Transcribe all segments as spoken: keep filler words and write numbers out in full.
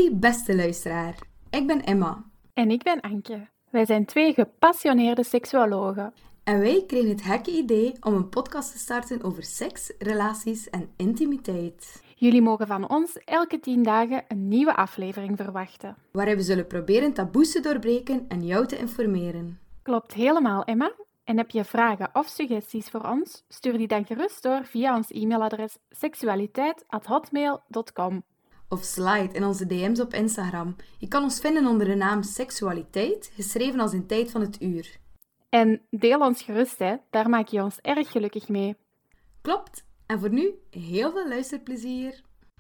Hey beste luisteraar, ik ben Emma. En ik ben Anke. Wij zijn twee gepassioneerde seksuologen. En wij kregen het gekke idee om een podcast te starten over seks, relaties en intimiteit. Jullie mogen van ons elke tien dagen een nieuwe aflevering verwachten. Waarin we zullen proberen taboes te doorbreken en jou te informeren. Klopt helemaal, Emma. En heb je vragen of suggesties voor ons? Stuur die dan gerust door via ons e-mailadres seksualiteit at hotmail dot com. Of slide in onze D M's op Instagram. Je kan ons vinden onder de naam Seksualiteit, geschreven als in tijd van het uur. En deel ons gerust, hè. Daar maak je ons erg gelukkig mee. Klopt. En voor nu, heel veel luisterplezier.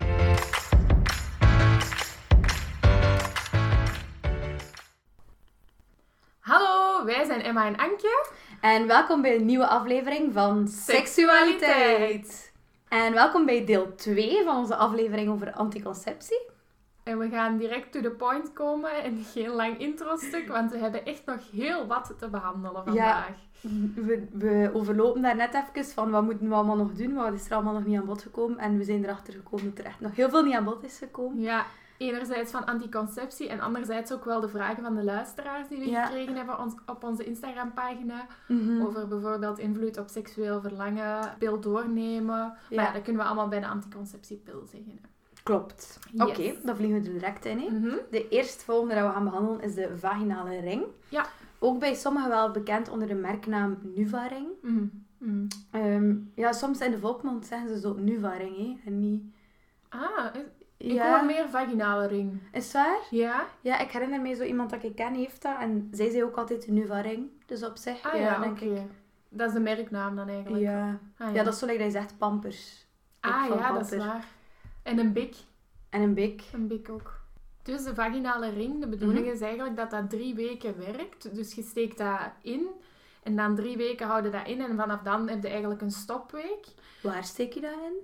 Hallo, wij zijn Emma en Anke. En welkom bij een nieuwe aflevering van Seksualiteit. En welkom bij deel twee van onze aflevering over anticonceptie. En we gaan direct to the point komen en geen lang intro-stuk, want we hebben echt nog heel wat te behandelen vandaag. Ja, we, we overlopen daar net even van wat moeten we allemaal nog doen, wat is er allemaal nog niet aan bod gekomen. En we zijn erachter gekomen dat er echt nog heel veel niet aan bod is gekomen. Ja, enerzijds van anticonceptie en anderzijds ook wel de vragen van de luisteraars die we Ja. gekregen hebben ons, op onze Instagram-pagina. Mm-hmm. Over bijvoorbeeld invloed op seksueel verlangen, pil doornemen. Ja. Maar ja, dat kunnen we allemaal bij de anticonceptiepil zeggen. Hè. Klopt. Yes. Oké, dan vliegen we er direct in. Hè. Mhm. De eerstvolgende dat we gaan behandelen is de vaginale ring. Ja. Ook bij sommigen wel bekend onder de merknaam Nuvaring. Mhm. Mhm. Um, ja, soms in de volksmond zeggen ze zo Nuvaring, hè, en niet... Ah, ik Ja. hoor meer vaginale ring. Is het waar? Ja? Ja, ik herinner me zo iemand dat ik ken heeft dat. En zij zei ook altijd de Nuvaring. Dus op zich, Ah ja, ja, denk oké. ik. Dat is de merknaam dan eigenlijk. Ja. Ah, Ja, dat is zo like dat je zegt Pampers. Ik Ah van ja, dat is Pamper. waar. En een bik. En een bik. Een bik ook. Dus de vaginale ring, de bedoeling Mhm. is eigenlijk dat dat drie weken werkt. Dus je steekt dat in. En dan drie weken houden dat in. En vanaf dan heb je eigenlijk een stopweek. Waar steek je dat in?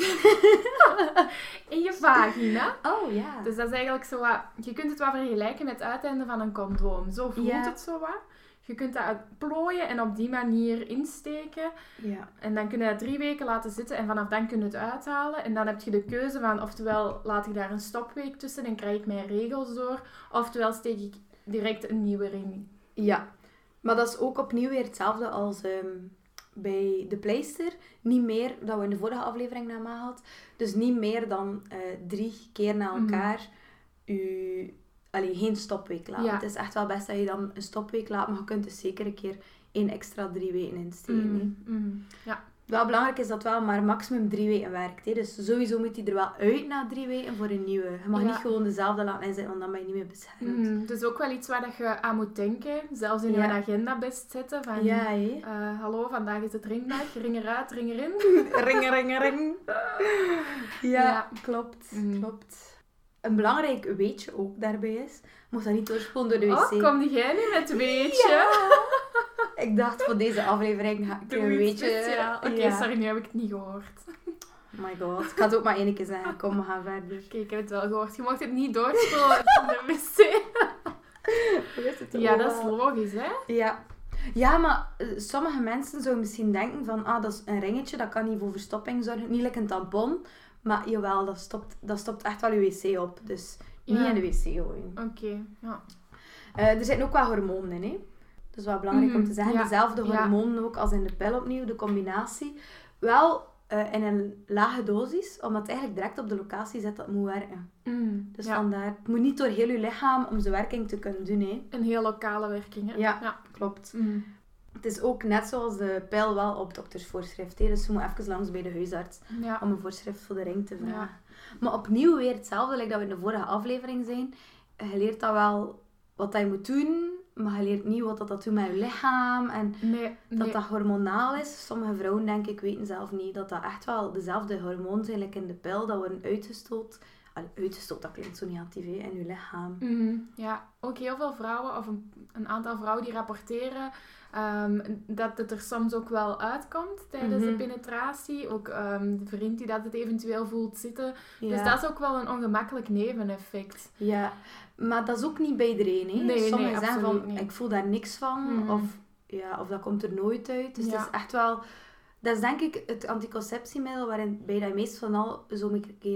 In je vagina. Oh, ja. Dus dat is eigenlijk zo wat... Je kunt het wel vergelijken met het uiteinde van een condoom. Zo voelt Ja. het zo wat. Je kunt dat plooien en op die manier insteken. Ja. En dan kun je dat drie weken laten zitten en vanaf dan kun je het uithalen. En dan heb je de keuze van, oftewel laat ik daar een stopweek tussen en krijg ik mijn regels door. Oftewel steek ik direct een nieuwe ring. Ja. Maar dat is ook opnieuw weer hetzelfde als ehm, bij de pleister. Niet meer, dat we in de vorige aflevering naar ma had. Dus niet meer dan eh, drie keer na elkaar je... Allee, geen stopweek laten. Ja. Het is echt wel best dat je dan een stopweek laat, maar je kunt dus zeker een keer één extra drie weken insteken. hè. Mm, mm, ja. Wel belangrijk is dat wel maar maximum drie weken werkt. Hè. Dus sowieso moet hij er wel uit na drie weken voor een nieuwe. Je mag Ja. niet gewoon dezelfde laten inzetten, want dan ben je niet meer beschermd. Mm, dus ook wel iets waar dat je aan moet denken. Zelfs in Ja. je agenda best zetten. Van, Ja, hè. eh, hallo, vandaag is het ringdag. Ring eruit, ring erin. Ring, ring, ring. Ja, Ja. klopt. Mm. Klopt. Een belangrijk weetje ook daarbij is, mocht dat niet doorspoelen door de wc. Oh, kom jij nu met weetje? Ja. Ik dacht, voor deze aflevering ga ik Doe een iets weetje... speciaal. Oké, Ja. sorry, nu heb ik het niet gehoord. Oh my god. Ik ga het ook maar één keer zeggen. Kom, we gaan verder. Oké, ik heb het wel gehoord. Je mocht het niet doorspoelen in de wc. Ja, dat is logisch, hè? Ja. Ja, maar eh, sommige mensen zouden misschien denken van, ah, dat is een ringetje, dat kan niet voor verstopping zorgen. Niet like een tampon, maar jawel, dat stopt, dat stopt echt wel je wc op. Dus niet Ja. in de wc gooien. Oké, ja. Eh, er zitten ook wel hormonen in, hè. Dat is wel belangrijk om te zeggen. Ja. Dezelfde Ja. hormonen ook als in de pil opnieuw, de combinatie. Wel eh, in een lage dosis, omdat het eigenlijk direct op de locatie zit dat het moet werken. Mm, Dus ja. vandaar, het moet niet door heel je lichaam om zijn werking te kunnen doen, hè. Een heel lokale werking, hè? Ja. ja. Klopt. Mm. Het is ook net zoals de pil wel op doktersvoorschrift. Hè? Dus je moet even langs bij de huisarts Ja. om een voorschrift voor de ring te vragen. Ja. Maar opnieuw weer hetzelfde, like dat we in de vorige aflevering zijn. Je leert dat wel wat dat je moet doen, maar je leert niet wat dat, dat doet met je lichaam. En Nee, dat nee. dat hormonaal is. Sommige vrouwen, denk ik, weten zelf niet dat dat echt wel dezelfde hormonen zijn like in de pil. Dat worden uitgestoot. Allee, uitgestoot, dat klinkt zo negatief, hè, in je lichaam. Mm, ja, ook heel veel vrouwen, of een, een aantal vrouwen die rapporteren ehm, dat het er soms ook wel uitkomt tijdens Mhm. de penetratie. Ook ehm, de vriend die dat het eventueel voelt zitten. Ja. Dus dat is ook wel een ongemakkelijk neveneffect. Ja, maar dat is ook niet bij iedereen. Hè? Nee, nee, Sommigen zeggen absoluut van, niet. ik voel daar niks van. Mhm. Of, ja, of dat komt er nooit uit. Dus Ja. het is echt wel... Dat is denk ik het anticonceptiemiddel waarin bij dat je meest van al zo een keer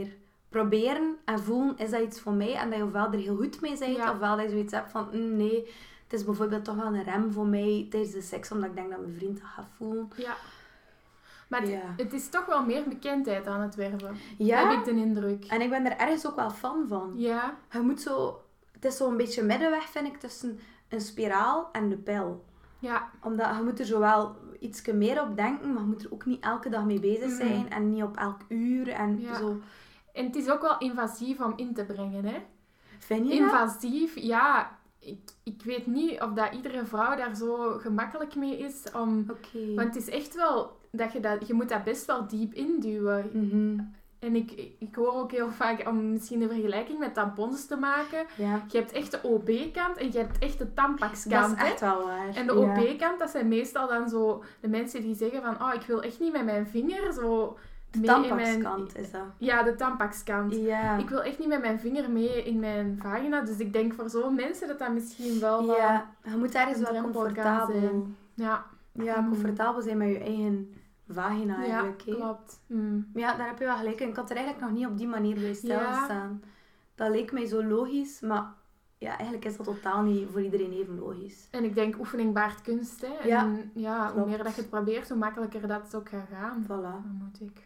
proberen en voelen, is dat iets voor mij? En dat je ofwel er heel goed mee bent, Ja. ofwel dat je zoiets hebt van, mm, nee, het is bijvoorbeeld toch wel een rem voor mij tijdens de seks, omdat ik denk dat mijn vriend dat gaat voelen. Ja. Maar het, Ja. het is toch wel meer bekendheid aan het werven. Ja, Heb ik de indruk. en ik ben er ergens ook wel fan van. Ja. Je moet zo... Het is zo'n beetje middenweg, vind ik, tussen een spiraal en de pil. Ja. Omdat je moet er zowel iets meer op denken, maar je moet er ook niet elke dag mee bezig zijn. Mhm. En niet op elk uur en Ja. zo. En het is ook wel invasief om in te brengen, hè. Vind je dat? Invasief, ja. Ik, ik weet niet of dat iedere vrouw daar zo gemakkelijk mee is. Om, Oké. Want het is echt wel... Dat je, dat, je moet dat best wel diep induwen. Mhm. En ik, ik hoor ook heel vaak, om misschien een vergelijking met tampons te maken. Ja. Je hebt echt de O B-kant en je hebt echt de Dat tampaxkant. is echt hè. wel waar. En de Ja. O B-kant, dat zijn meestal dan zo de mensen die zeggen van... Oh, ik wil echt niet met mijn vinger zo... De mee in mijn... tampaxkant is dat. Ja, de tampaxkant. Ja. Ik wil echt niet met mijn vinger mee in mijn vagina. Dus ik denk voor zo'n mensen dat dat misschien wel... wat- Ja, je moet ergens een wel drempel kan comfortabel... zijn. Ja, Ja, Mm. comfortabel zijn met je eigen vagina ja eigenlijk. hè. klopt. Mm. Ja, daar heb je wel gelijk in. Ik had er eigenlijk nog niet op die manier bij stilgestaan. Ja. Dat leek mij zo logisch, maar ja, eigenlijk is dat totaal niet voor iedereen even logisch. En ik denk, oefening baart kunst. Hè. Ja, En ja, hoe klopt. meer dat je het probeert, hoe makkelijker dat het ook gaat gaan. Voilà. Dan moet ik.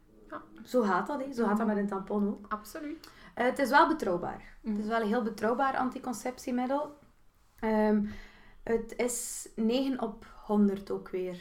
Zo gaat dat, hè. Zo gaat dat met een tampon ook. Absoluut. Eh, het is wel betrouwbaar. Mm. Het is wel een heel betrouwbaar anticonceptiemiddel. Ehm, het is negen op honderd ook weer.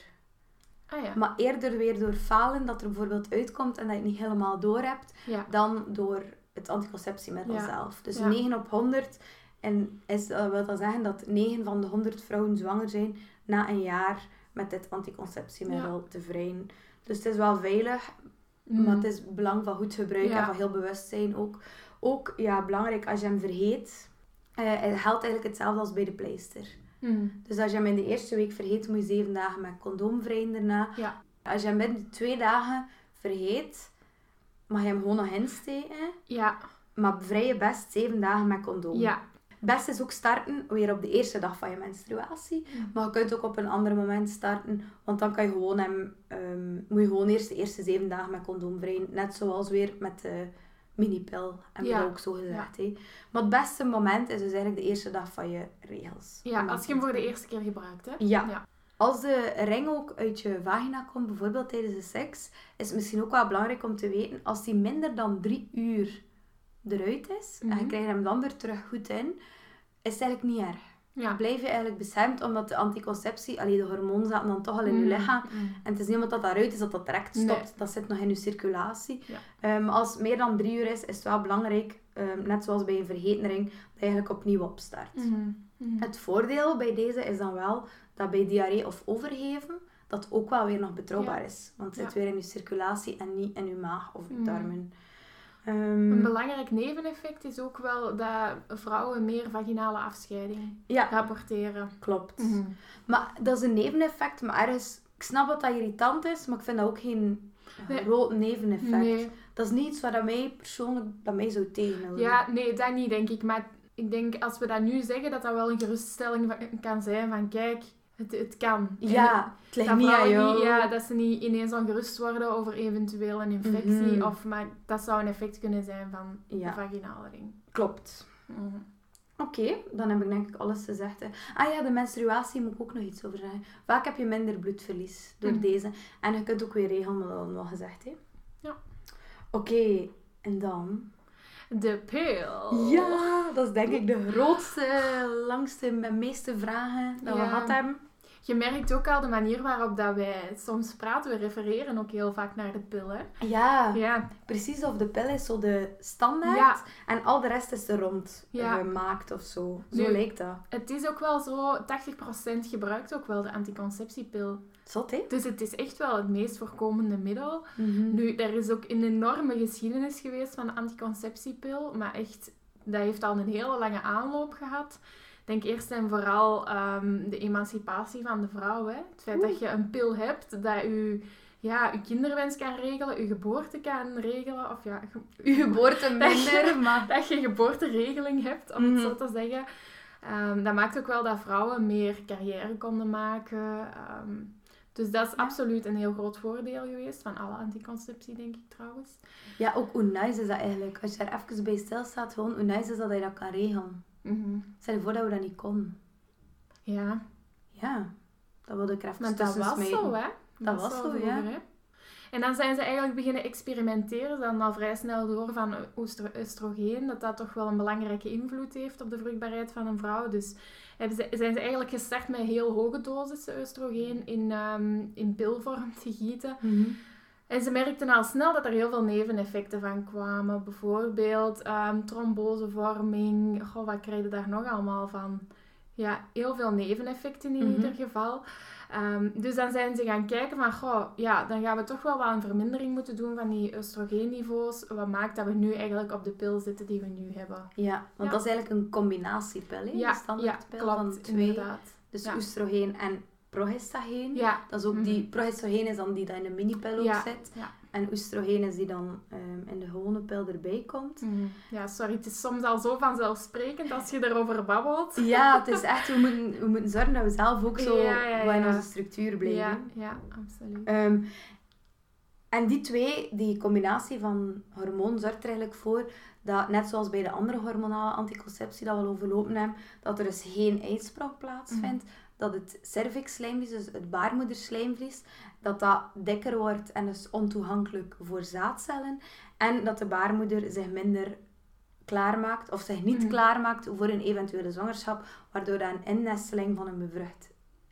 Ah ja. Maar eerder weer door falen dat er bijvoorbeeld uitkomt en dat je het niet helemaal door hebt, Ja. dan door het anticonceptiemiddel Ja. zelf. Dus Ja. negen op honderd. En is, dat wil dat zeggen dat negen van de honderd vrouwen zwanger zijn na een jaar met dit anticonceptiemiddel te vrijen. Dus het is wel veilig, Mm. maar het is belang van goed gebruik Ja. en van heel bewust zijn ook. Ook ja, belangrijk als je hem vergeet. eh, het geldt eigenlijk hetzelfde als bij de pleister. Mm. Dus als je hem in de eerste week vergeet, moet je zeven dagen met condoom vrijen daarna. Ja. Als je hem binnen twee dagen vergeet, mag je hem gewoon nog insteken. Ja. Maar vrij je best zeven dagen met condoom. Ja. Best is ook starten weer op de eerste dag van je menstruatie. Maar je kunt ook op een ander moment starten. Want dan kan je gewoon hem, ehm, moet je gewoon eerst de eerste zeven dagen met condoom vrijen. Net zoals weer met de minipil. Hebben we Ja. dat ook zo gezegd. Hè. Maar het beste moment is dus eigenlijk de eerste dag van je regels. Ja, Om als je hem voor de eerste keer gebruikt, hè. Ja. Ja. Als de ring ook uit je vagina komt, bijvoorbeeld tijdens de seks, is het misschien ook wel belangrijk om te weten, als die minder dan drie uur eruit is, en je Mhm. krijgt hem dan weer terug goed in, is het eigenlijk niet erg. Ja. Blijf je eigenlijk beschermd, omdat de anticonceptie, allee, de hormonen zaten dan toch al in je Mm. lichaam. Mm. En het is niet omdat dat daaruit is dat dat direct stopt. Nee. Dat zit nog in je circulatie. Ja. Ehm, als het meer dan drie uur is, is het wel belangrijk, ehm, net zoals bij een vergeten ring, dat je eigenlijk opnieuw opstart. Mm. Mm. Het voordeel bij deze is dan wel dat bij diarree of overgeven dat ook wel weer nog betrouwbaar Ja. is. Want het zit Ja. weer in je circulatie en niet in je maag of Mm. darmen. Een Ehm, belangrijk neveneffect is ook wel dat vrouwen meer vaginale afscheiding ja, rapporteren. klopt. Mhm. Maar dat is een neveneffect, maar ergens... Ik snap dat dat irritant is, maar ik vind dat ook geen Nee. groot neveneffect. Nee. Dat is niet iets wat dat mij persoonlijk dat mij zou tegenhouden. Ja, nee, dat niet, denk ik. Maar ik denk, als we dat nu zeggen, dat dat wel een geruststelling van- kan zijn van, kijk, het, het kan. Ja, het ligt dat niet aan vrouwen jou. niet, ja, dat ze niet ineens ongerust worden over eventueel een infectie. Mhm. Of, maar dat zou een effect kunnen zijn van Ja. de vaginale ring. Klopt. Mhm. Oké, dan heb ik denk ik alles gezegd. Hè. Ah ja, de menstruatie moet ik ook nog iets over zeggen. Vaak heb je minder bloedverlies door Mhm. deze. En je kunt ook weer regelen, dat hadden we al gezegd. Hè. Ja. Oké, en dan... De pil. Ja, dat is denk ik de grootste, langste, met meeste vragen dat we Ja. gehad hebben. Je merkt ook al de manier waarop dat wij soms praten. We refereren ook heel vaak naar de pil, hè? Ja, Ja. precies. Of de pil is zo de standaard. Ja. En al de rest is er rond Ja. gemaakt of zo. Zo Nu- lijkt dat. Het is ook wel zo, tachtig procent gebruikt ook wel de anticonceptiepil. Zot, hè? Dus het is echt wel het meest voorkomende middel. Mhm. Nu, er is ook een enorme geschiedenis geweest van de anticonceptiepil, maar echt, dat heeft al een hele lange aanloop gehad. Ik denk eerst en vooral ehm, de emancipatie van de vrouw. Hè? Het feit dat je een pil hebt, dat je ja, je kinderwens kan regelen, je geboorte kan regelen, of ja, ge- Uw geboorte minder, maar... dat je geboorteregeling hebt, om het Mhm. zo te zeggen. Ehm, dat maakt ook wel dat vrouwen meer carrière konden maken. Ehm, Dus dat is Ja. absoluut een heel groot voordeel geweest van alle anticonceptie, denk ik trouwens. Ja, ook hoe nice is dat eigenlijk? Als je daar even bij stilstaat, gewoon hoe nice is dat je dat kan regelen. Mm-hmm. Stel je voor dat we dat niet konden. Ja, Ja, dat wilde ik er even maar dat tussen was smijten. zo, hè? Dat was zo, vroeger, ja. hè. En dan zijn ze eigenlijk beginnen experimenteren, dan al vrij snel door van oestro- oestrogeen, dat dat toch wel een belangrijke invloed heeft op de vruchtbaarheid van een vrouw. Dus hebben ze, zijn ze eigenlijk gestart met heel hoge dosissen oestrogeen in, um, in pilvorm te gieten. Mhm. En ze merkten al snel dat er heel veel neveneffecten van kwamen. Bijvoorbeeld um, trombosevorming. Goh, wat krijg je daar nog allemaal van? Ja, heel veel neveneffecten in Mhm. ieder geval. Um, dus dan zijn ze gaan kijken van, goh, ja, dan gaan we toch wel wat een vermindering moeten doen van die oestrogeenniveaus. Wat maakt dat we nu eigenlijk op de pil zitten die we nu hebben? Ja, want Ja. dat is eigenlijk een combinatiepil, hè? Ja, Een standaardpil ja, klopt, van twee. inderdaad. Dus Ja. oestrogeen en progestageen. Ja. Dat is ook Mhm. die, progestageen is dan die dat in de minipil ook Ja. zit. Ja. En oestrogeen is die dan um, in de gewone pil erbij komt. Mhm. Ja, sorry, het is soms al zo vanzelfsprekend als je erover babbelt. Ja, het is echt, we moeten, we moeten zorgen dat we zelf ook zo Ja, ja, wat in ja. onze structuur blijven. Ja, ja, absoluut. Ehm, en die twee, die combinatie van hormoon zorgt er eigenlijk voor dat, net zoals bij de andere hormonale anticonceptie dat we al overlopen hebben, dat er dus geen eisprong plaatsvindt, dat het cervixslijmvlies, dus het baarmoederslijmvlies, dat dat dikker wordt en dus ontoegankelijk voor zaadcellen. En dat de baarmoeder zich minder klaarmaakt, of zich niet Mhm. klaarmaakt voor een eventuele zwangerschap, waardoor dat een innesteling van een bevrucht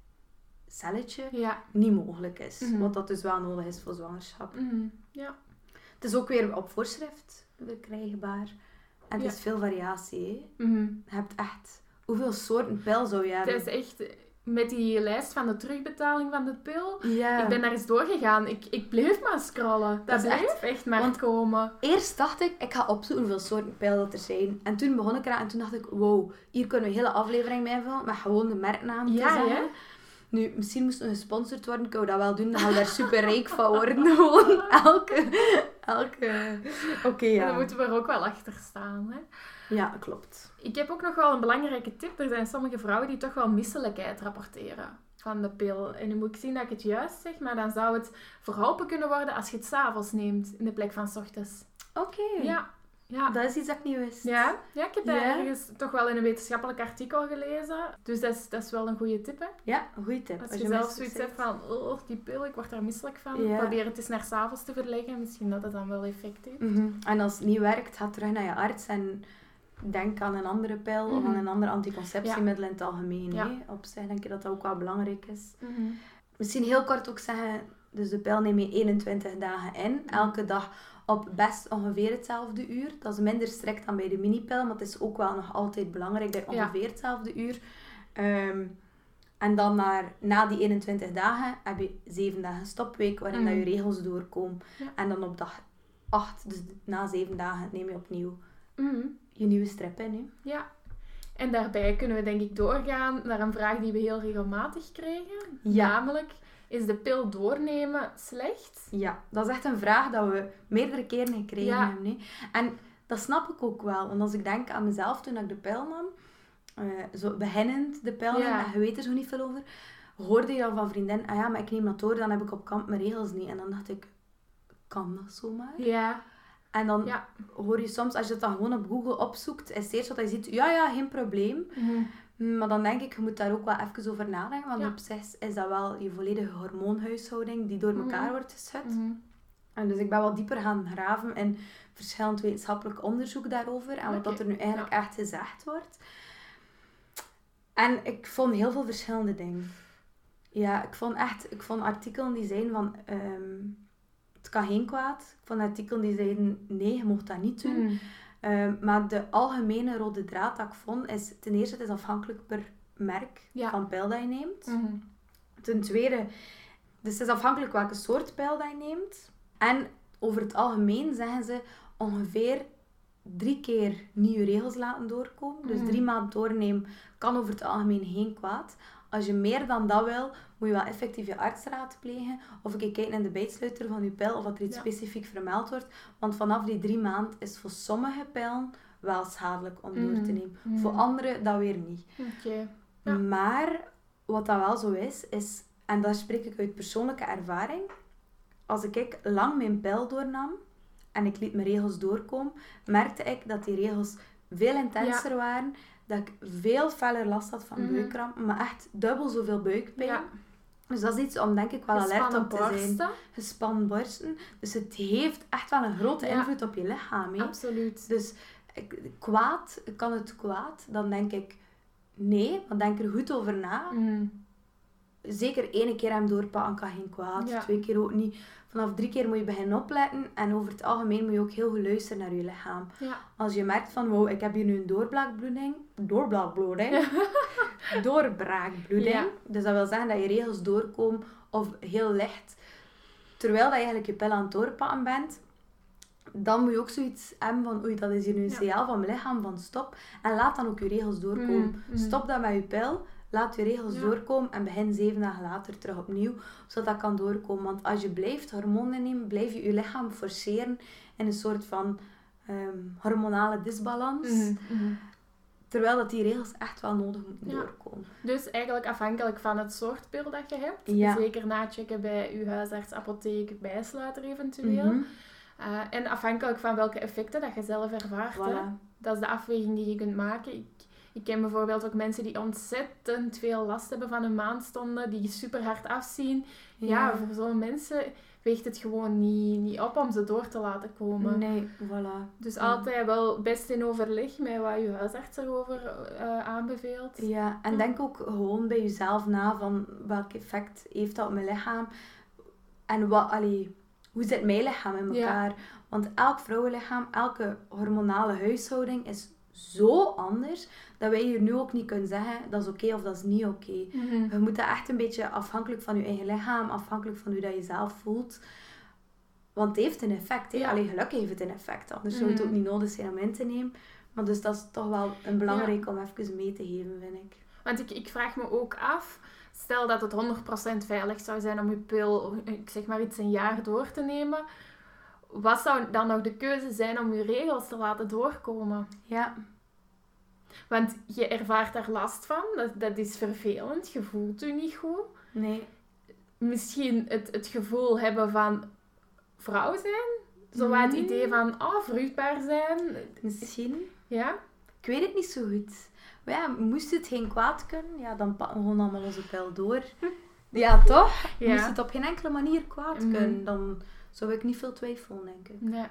celletje Ja. niet mogelijk is. Mhm. Wat dat dus wel nodig is voor zwangerschap. Mhm. Ja. Het is ook weer op voorschrift verkrijgbaar. En het Ja. is veel variatie. Hè? Mhm. Je hebt echt... Hoeveel soorten pil zou je hebben? Het is echt... Met die lijst van de terugbetaling van de pil... Ja. Ik ben daar eens doorgegaan. Ik, ik bleef maar scrollen. Dat, Dat is bleef echt- echt, maar want- komen. Eerst dacht ik, ik ga opzoeken hoeveel soorten pil dat er zijn. En toen begon ik eraan en toen dacht ik, wow, hier kunnen we een hele aflevering mee invullen met gewoon de merknaam te Ja, zeggen. hè? Nu, misschien moesten we gesponsord worden, ik wou dat wel doen, dan gaan we daar super rijk van worden. Gewoon elke... elke... Oké, En ja. dan moeten we er ook wel achter staan, hè? Ja, klopt. Ik heb ook nog wel een belangrijke tip. Er zijn sommige vrouwen die toch wel misselijkheid rapporteren van de pil. En nu moet ik zien dat ik het juist zeg, maar dan zou het verholpen kunnen worden als je het 's avonds neemt in de plek van 's ochtends. Oké. Ja. Ja. Dat is iets dat ik niet wist. Ja, ja, ik heb dat Ja. ergens toch wel in een wetenschappelijk artikel gelezen. Dus dat is, dat is wel een goede tip, hè? Ja, een goede tip. Als je zelf misselijk zoiets bent. hebt van, oh, die pil, ik word daar misselijk van. Ja. Probeer het eens naar 's avonds te verleggen. Misschien dat het dan wel effect heeft. Mhm. En als het niet werkt, ga terug naar je arts en denk aan een andere pil of Mhm. aan een ander anticonceptiemiddel in het algemeen. Ja. Hè? Op zich denk ik dat dat ook wel belangrijk is. Mhm. Misschien heel kort ook zeggen, dus de pil neem je eenentwintig dagen in. Elke dag op best ongeveer hetzelfde uur. Dat is minder strikt dan bij de minipil, maar het is ook wel nog altijd belangrijk dat je Ja. ongeveer hetzelfde uur. Ehm, en dan naar, na die eenentwintig dagen heb je zeven dagen stopweek waarin Mhm. dat je regels doorkomen. Ja. En dan op dag acht, dus na zeven dagen, neem je opnieuw Mhm. je nieuwe strip in. Hè? Ja. En daarbij kunnen we denk ik doorgaan naar een vraag die we heel regelmatig kregen. Ja. Namelijk, is de pil doornemen slecht? Ja, dat is echt een vraag dat we meerdere keren gekregen Ja. hebben. Hè? En dat snap ik ook wel. Want als ik denk aan mezelf toen ik de pil nam, eh, zo beginnend de pil Ja. nam, en je weet er zo niet veel over, hoorde je dan van vriendin, ah ja, maar ik neem dat door, dan heb ik op kamp mijn regels niet. En dan dacht ik, kan dat zomaar? Ja. En dan Ja. hoor je soms, als je het dan gewoon op Google opzoekt, is het eerst wat je ziet, ja, ja, geen probleem. Mhm. Maar dan denk ik, je moet daar ook wel even over nadenken. Want Ja. op zich is dat wel je volledige hormoonhuishouding die door elkaar Mhm. wordt geschud. Mhm. En dus ik ben wat dieper gaan graven in verschillend wetenschappelijk onderzoek daarover. En wat Oké, dat er nu eigenlijk ja. echt gezegd wordt. En ik vond heel veel verschillende dingen. Ja, ik vond echt... Ik vond artikelen die zeiden van... ehm, het kan geen kwaad. Ik vond artikelen die zeiden... Nee, je mocht dat niet doen. Mhm. Ehm, maar de algemene rode draad dat ik vond is... Ten eerste, het is afhankelijk per merk Ja. van pil dat je neemt. Mhm. Ten tweede, dus het is afhankelijk welke soort pil dat je neemt. En over het algemeen zeggen ze ongeveer drie keer nieuwe regels laten doorkomen. Dus Mhm. drie maanden doornemen kan over het algemeen geen kwaad. Als je meer dan dat wil, moet je wel effectief je arts raadplegen. Of een keer kijken in de bijsluiter van je pil of dat er iets Ja. specifiek vermeld wordt. Want vanaf die drie maanden is voor sommige pillen wel schadelijk om door te Mhm. nemen. Mhm. Voor andere dat weer niet. Oké. Ja. Maar wat dat wel zo is, is en daar spreek ik uit persoonlijke ervaring, als ik lang mijn pil doornam en ik liet mijn regels doorkomen, merkte ik dat die regels veel intenser ja. waren, dat ik veel feller last had van mm-hmm. buikkramp, maar echt dubbel zoveel buikpijn. Ja. Dus dat is iets om denk ik wel alert op te borsten. zijn. Gespannen borsten. Dus het heeft echt wel een grote ja. invloed op je lichaam. He. Absoluut. Dus ik, kwaad, kan het kwaad? Dan denk ik nee, want denk er goed over na. Mm. Zeker één keer hem doorpakken kan geen kwaad. Ja. Twee keer ook niet. Vanaf drie keer moet je beginnen opletten. En over het algemeen moet je ook heel goed luisteren naar je lichaam. Ja. Als je merkt van, wow, ik heb hier nu een doorbraakbloeding. Doorbraakbloeding. Ja. Doorbraakbloeding. Ja. Dus dat wil zeggen dat je regels doorkomen of heel licht. Terwijl dat je eigenlijk je pil aan het doorpakken bent. Dan moet je ook zoiets hebben van, oei, dat is hier nu een ja. signaal van mijn lichaam, van stop. En laat dan ook je regels doorkomen. Mm. Stop dat met je pil. Laat je regels ja. doorkomen en begin zeven dagen later terug opnieuw, zodat dat kan doorkomen. Want als je blijft hormonen nemen, blijf je je lichaam forceren in een soort van um, hormonale disbalans. Mm-hmm. Terwijl dat die regels echt wel nodig moeten ja. doorkomen. Dus eigenlijk afhankelijk van het soort pil dat je hebt. Ja. Zeker nachecken bij je huisarts, apotheek, bijsluiter eventueel. Mm-hmm. Uh, en afhankelijk van welke effecten dat je zelf ervaart. Voilà. Hè. Dat is de afweging die je kunt maken. Ik, Ik ken bijvoorbeeld ook mensen die ontzettend veel last hebben van hun maandstonden, die super hard afzien. Ja, ja voor zo'n mensen weegt het gewoon niet, niet op om ze door te laten komen. Nee, voilà. Dus ja. altijd wel best in overleg met wat je huisarts erover uh, aanbeveelt. Ja, en ja. denk ook gewoon bij jezelf na van welk effect heeft dat op mijn lichaam. En wat, allee, hoe zit mijn lichaam in elkaar? Ja. Want elk vrouwenlichaam, elke hormonale huishouding is zo anders, dat wij hier nu ook niet kunnen zeggen, dat is oké okay of dat is niet oké. Okay. Mm-hmm. Je moet dat echt een beetje afhankelijk van je eigen lichaam, afhankelijk van hoe dat je zelf voelt. Want het heeft een effect. Ja. Allee, gelukkig heeft het een effect. Anders zou het ook niet nodig zijn om in te nemen. Maar dus dat is toch wel een belangrijk ja. om even mee te geven, vind ik. Want ik, ik vraag me ook af, stel dat het honderd procent veilig zou zijn om je pil, ik zeg maar iets een jaar door te nemen, wat zou dan nog de keuze zijn om je regels te laten doorkomen? Ja. Want je ervaart daar last van. Dat, dat is vervelend. Je voelt je niet goed. Nee. Misschien het, het gevoel hebben van vrouw zijn. Zo wat het idee van oh, vruchtbaar zijn. Misschien. Ja. Ik weet het niet zo goed. Maar ja, moest het geen kwaad kunnen, ja, dan pakken we gewoon allemaal onze pil door. Ja, toch? Ja. Moest het op geen enkele manier kwaad mm. kunnen, dan zou ik niet veel twijfelen, denk ik. Nee.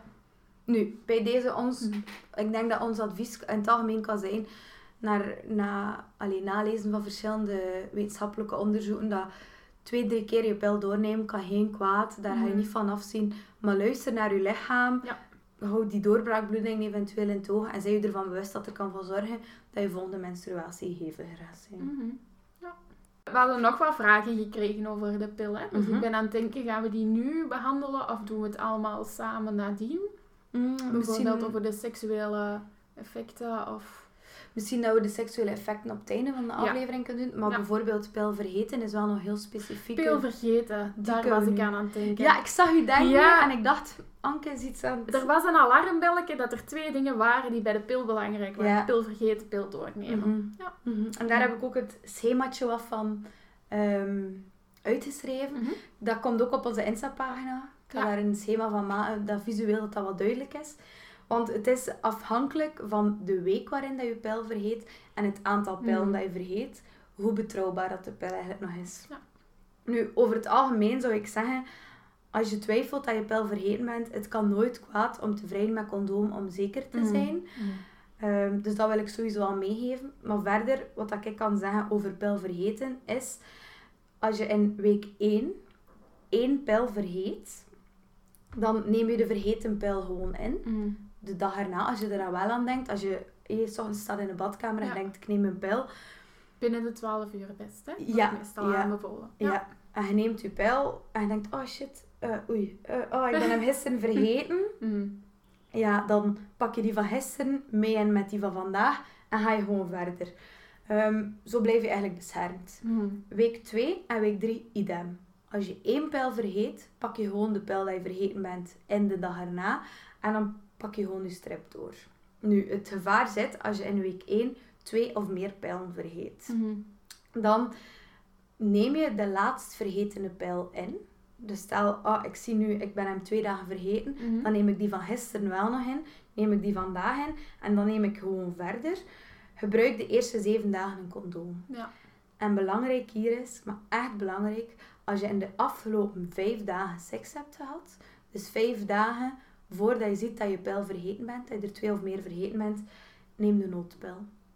Nu, bij deze ons, mm. ik denk dat ons advies in het algemeen kan zijn, naar, na, allee, nalezen van verschillende wetenschappelijke onderzoeken, dat twee, drie keer je pil doornemen kan geen kwaad, daar mm. ga je niet van afzien. Maar luister naar je lichaam, ja. houd die doorbraakbloeding eventueel in het oog en zij je ervan bewust dat er kan voor zorgen dat je volgende menstruatie heviger gaat zijn. Mm-hmm. Ja. We hadden nog wat vragen gekregen over de pil. Hè? Dus mm-hmm. ik ben aan het denken, gaan we die nu behandelen of doen we het allemaal samen nadien? Mm, Bijvoorbeeld misschien... over de seksuele effecten of... Misschien dat we de seksuele effecten op het einde van de aflevering ja. kunnen doen. Maar ja. bijvoorbeeld pil vergeten is wel nog heel specifiek. Pil vergeten, daar was ik aan aan het denken. Ja, ik zag u denken ja. en ik dacht, Anke is iets aan het... Er was een alarmbelletje dat er twee dingen waren die bij de pil belangrijk waren. Ja. Pil vergeten, pil doornemen. Mm-hmm. Ja. Mm-hmm. En daar heb ik ook het schemaatje wat van um, uitgeschreven. Mm-hmm. Dat komt ook op onze Insta-pagina. Ik ga ja. daar een schema van maken, dat visueel dat dat wat duidelijk is. Want het is afhankelijk van de week waarin dat je pil vergeet en het aantal pillen mm. dat je vergeet, hoe betrouwbaar dat de pil eigenlijk nog is. Ja. Nu, over het algemeen zou ik zeggen, als je twijfelt dat je pil vergeten bent, het kan nooit kwaad om te vrijen met condoom om zeker te zijn. Mm. Mm. Um, dus dat wil ik sowieso al meegeven. Maar verder, wat ik kan zeggen over pil vergeten, is als je in week één één pil vergeet, dan neem je de vergeten pil gewoon in. Mm. De dag erna, als je er dan wel aan denkt, als je eerst ochtends staat in de badkamer en ja. denkt, ik neem een pil. Binnen de twaalf uur best, hè? Dat ja. is meestal ja. aanbevolen. Ja. ja. En je neemt je pil en je denkt, oh shit, uh, oei, uh, oh, ik ben hem gisteren vergeten. Mm. Ja, dan pak je die van gisteren mee in met die van vandaag en ga je gewoon verder. Um, zo blijf je eigenlijk beschermd. Mm. Week twee en week drie, idem. Als je één pil vergeet, pak je gewoon de pil dat je vergeten bent in de dag erna. En dan pak je gewoon je strip door. Nu, het gevaar zit als je in week één twee of meer pillen vergeet. Mm-hmm. Dan neem je de laatst vergetene pil in. Dus stel, ah, ik zie nu, ik ben hem twee dagen vergeten. Mhm. Dan neem ik die van gisteren wel nog in. Neem ik die vandaag in. En dan neem ik gewoon verder. Gebruik de eerste zeven dagen een condoom. Ja. En belangrijk hier is, maar echt belangrijk, als je in de afgelopen vijf dagen seks hebt gehad, dus vijf dagen voordat je ziet dat je pil vergeten bent, dat je er twee of meer vergeten bent, neem de noodpil.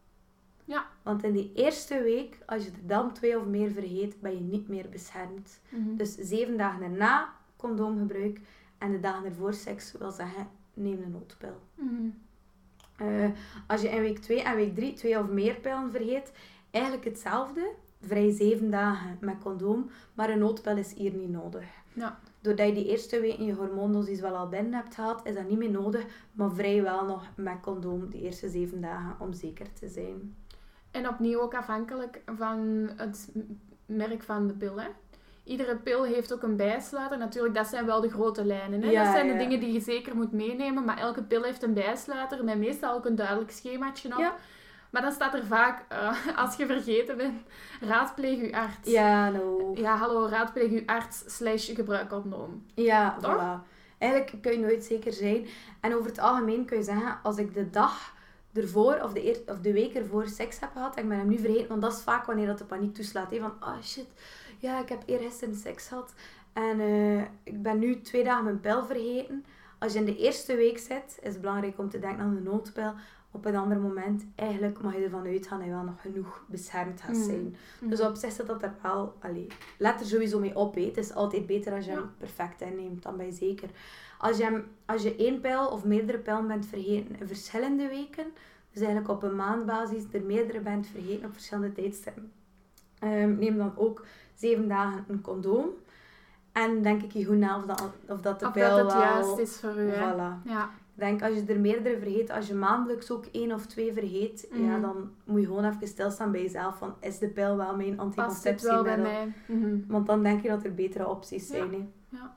Ja. Want in die eerste week, als je er dan twee of meer vergeet, ben je niet meer beschermd. Mhm. Dus zeven dagen erna condoomgebruik en de dagen ervoor seks wil zeggen, neem de noodpil. Mhm. Uh, als je in week twee en week drie twee of meer pillen vergeet, eigenlijk hetzelfde. Vrij zeven dagen met condoom, maar een noodpil is hier niet nodig. Ja. Doordat je die eerste weken je hormoondosis wel al binnen hebt gehad, is dat niet meer nodig, maar vrijwel nog met condoom die eerste zeven dagen om zeker te zijn. En opnieuw ook afhankelijk van het merk van de pil, hè? Iedere pil heeft ook een bijsluiter. Natuurlijk, dat zijn wel de grote lijnen. Hè? Ja, dat zijn de ja. dingen die je zeker moet meenemen. Maar elke pil heeft een bijsluiter met meestal ook een duidelijk schemaatje op. Ja. Maar dan staat er vaak, uh, als je vergeten bent, raadpleeg uw arts. Ja, nou. Ja, hallo, raadpleeg uw arts slash gebruik condoom. Ja, Toch? voilà. Eigenlijk kun je nooit zeker zijn. En over het algemeen kun je zeggen, als ik de dag ervoor of de, eer, of de week ervoor seks heb gehad en ik ben hem nu vergeten, want dat is vaak wanneer dat de paniek toeslaat. Hè, van, oh shit, ja, ik heb eergisteren seks gehad en uh, ik ben nu twee dagen mijn pil vergeten. Als je in de eerste week zit, is het belangrijk om te denken aan de noodpil. Op een ander moment, eigenlijk mag je ervan uitgaan dat je wel nog genoeg beschermd gaat zijn. Mm. Dus op zich zit dat er wel, allee, let er sowieso mee op. He. Het is altijd beter als je hem ja. perfect inneemt, dan ben je zeker. Als je, hem, als je één pil of meerdere pillen bent vergeten in verschillende weken, dus eigenlijk op een maandbasis er meerdere bent vergeten op verschillende tijdstippen, um, neem dan ook zeven dagen een condoom. En denk ik je goed na of dat, of dat de of pil dat het wel... juist is voor u. Hè? Voilà. Ja. Ik denk, als je er meerdere vergeet, als je maandelijks ook één of twee vergeet, mm. ja, dan moet je gewoon even stilstaan bij jezelf van, is de pil wel mijn anticonceptiemiddel? Past het wel bij mij? Mm-hmm. Want dan denk je dat er betere opties ja. zijn. Hè. Ja.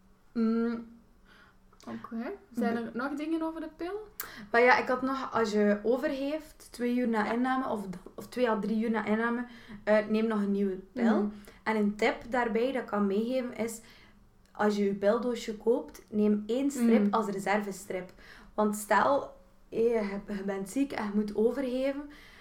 Mm. Oké. Okay. Zijn er nog dingen over de pil? Maar ja, ik had nog, als je overgeeft, twee uur na inname, of, of twee à drie uur na inname, uh, neem nog een nieuwe pil. Mm. En een tip daarbij dat ik kan meegeven is, als je je pildoosje koopt, neem één strip mm. als reservestrip. Want stel, je bent ziek en je moet overgeven,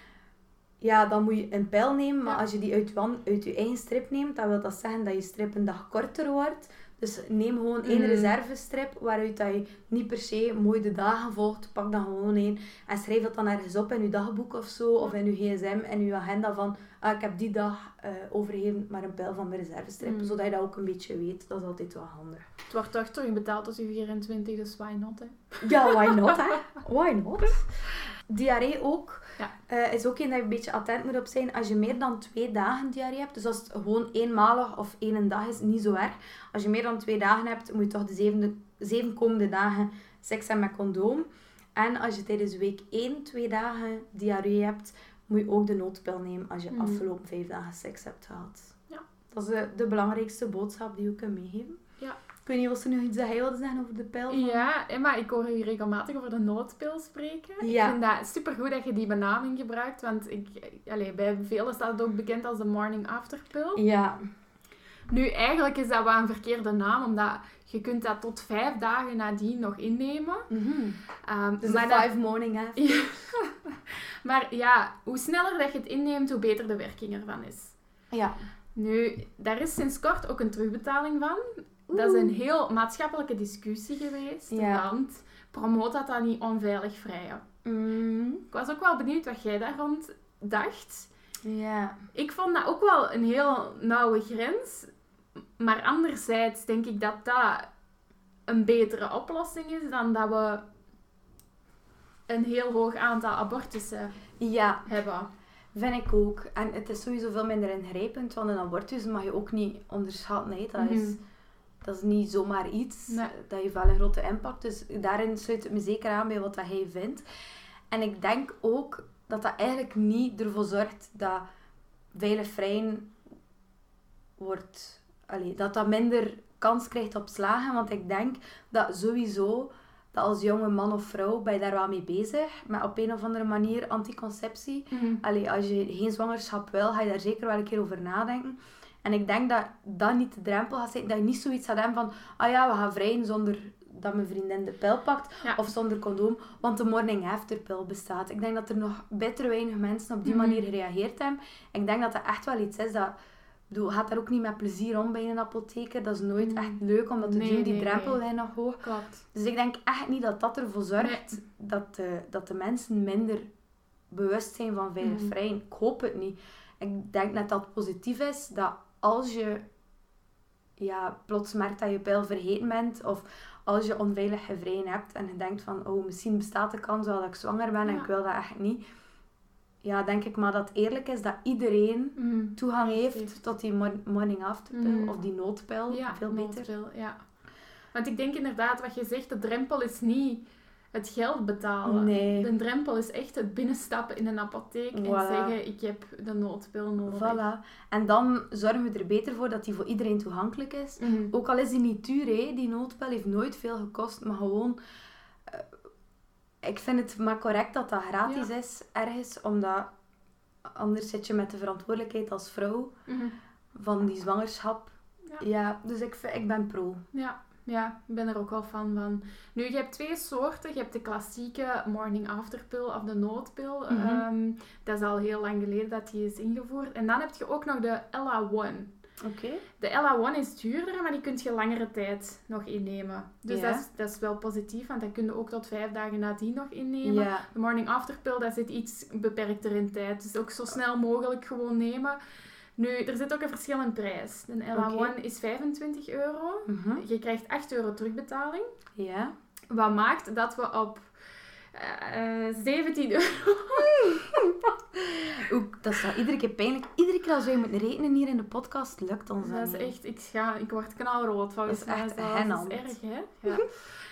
ja, dan moet je een pil nemen. Maar ja. als je die uit je, uit je eigen strip neemt, dan wil dat zeggen dat je strip een dag korter wordt. Dus neem gewoon één mm. reservestrip, waaruit dat je niet per se mooi de dagen volgt. Pak dan gewoon één en schrijf dat dan ergens op in je dagboek of zo, of in je gsm, in je agenda van, ah, ik heb die dag uh, overgegeven maar een pil van mijn reservestrip, mm. zodat je dat ook een beetje weet. Dat is altijd wel handig. Het wordt toch terugbetaald tot je vierentwintig, dus why not, hè? Ja, why not, hè? Why not? Diarree ook. Ja. Uh, is ook een dat je een beetje attent moet op zijn. Als je meer dan twee dagen diarree hebt, dus als het gewoon eenmalig of één dag is, niet zo erg. Als je meer dan twee dagen hebt, moet je toch de zevende, zeven komende dagen seks hebben met condoom. En als je tijdens week één, twee dagen diarree hebt, moet je ook de noodpil nemen als je mm. afgelopen vijf dagen seks hebt gehad. Ja. Dat is de, de belangrijkste boodschap die je kunt meegeven. Ja. Ik weet niet of ze nog iets dat hij wilde zeggen over de pil. Van... Ja, maar ik hoor je regelmatig over de noodpil spreken. Ja. Ik vind dat supergoed dat je die benaming gebruikt, want ik, allez, bij velen staat het ook bekend als de morning after pill. Ja. Nu, eigenlijk is dat wel een verkeerde naam, omdat je kunt dat tot vijf dagen nadien nog innemen. Mm-hmm. Um, dus de five dat... morning after. Ja. Maar ja, hoe sneller dat je het inneemt, hoe beter de werking ervan is. Ja. Nu, daar is sinds kort ook een terugbetaling van. Oeh. Dat is een heel maatschappelijke discussie geweest, ja. want promoot dat dan niet onveilig vrijen. Mm. Ik was ook wel benieuwd wat jij daar rond dacht. Ja. Ik vond dat ook wel een heel nauwe grens, maar anderzijds denk ik dat dat een betere oplossing is dan dat we een heel hoog aantal abortussen ja. hebben. Vind ik ook. En het is sowieso veel minder ingrijpend, want een abortus mag je ook niet onderschatten. Nee. Dat, mm-hmm. is, dat is niet zomaar iets. Nee. Dat heeft wel een grote impact. Dus daarin sluit het me zeker aan bij wat hij vindt. En ik denk ook dat dat eigenlijk niet ervoor zorgt dat veilig vrijen wordt... Allee, dat dat minder kans krijgt op slagen. Want ik denk dat sowieso... dat als jonge man of vrouw ben je daar wel mee bezig. Maar op een of andere manier anticonceptie. Mm-hmm. Allee, als je geen zwangerschap wil, ga je daar zeker wel een keer over nadenken. En ik denk dat dat niet de drempel gaat zijn. Dat je niet zoiets gaat hebben van, ah ja, we gaan vrijen zonder dat mijn vriendin de pil pakt. Ja. Of zonder condoom. Want de morning after pil bestaat. Ik denk dat er nog bitter weinig mensen op die Mhm. manier gereageerd hebben. Ik denk dat dat echt wel iets is dat... Ik bedoel, gaat daar ook niet met plezier om bij een apotheker. Dat is nooit Mm. echt leuk, omdat de Nee, die nee, drempel nee. ligt nog hoog. Klopt. Dus ik denk echt niet dat dat ervoor zorgt Nee. dat, de, dat de mensen minder bewust zijn van veilig Mhm. vrijen. Ik hoop het niet. Ik denk net dat het positief is dat als je ja, plots merkt dat je pijl vergeten bent, of als je onveilige vrijen hebt en je denkt van, oh, misschien bestaat de kans wel dat ik zwanger ben en Ja. ik wil dat echt niet. Ja, denk ik maar dat het eerlijk is dat iedereen Mm. toegang heeft Heeft. tot die mor- morning after pil, Mhm. of die noodpil, Ja, veel beter. noodpil, ja. Want ik denk inderdaad, wat je zegt, de drempel is niet het geld betalen. Nee. De drempel is echt het binnenstappen in een apotheek en Voilà. zeggen, ik heb de noodpil nodig. Voilà. En dan zorgen we er beter voor dat die voor iedereen toegankelijk is. Mhm. Ook al is die niet duur, hè. Die noodpil heeft nooit veel gekost, maar gewoon... eh, ik vind het maar correct dat dat gratis Ja. is, ergens, omdat anders zit je met de verantwoordelijkheid als vrouw Mhm. van die zwangerschap. Ja. Ja, dus ik, vind- ik ben pro. Ja, ja, ik ben er ook wel fan van. Nu, je hebt twee soorten. Je hebt de klassieke morning after pill of de noodpil. Mhm. Ehm, dat is al heel lang geleden dat die is ingevoerd. En dan heb je ook nog de L A one. Oké. De L A one is duurder, maar die kun je langere tijd nog innemen. Dus Ja. dat, is, dat is wel positief, want dat kun je ook tot vijf dagen nadien nog innemen. Ja. De morning after pill, dat zit iets beperkter in tijd. Dus ook zo snel mogelijk gewoon nemen. Nu, er zit ook een verschil in prijs. De L A one Oké. is vijfentwintig euro. Mhm. Je krijgt acht euro terugbetaling. Ja. Wat maakt dat we op eh, zeventien euro... Oeh, dat is wel iedere keer pijnlijk. Iedere keer als wij moeten rekenen hier in de podcast, lukt ons dat Dat is niet. echt... Ik, ga, ik word knalrood volgens Dat is mij echt zelfs. henand. Dat is erg, hè? Ja.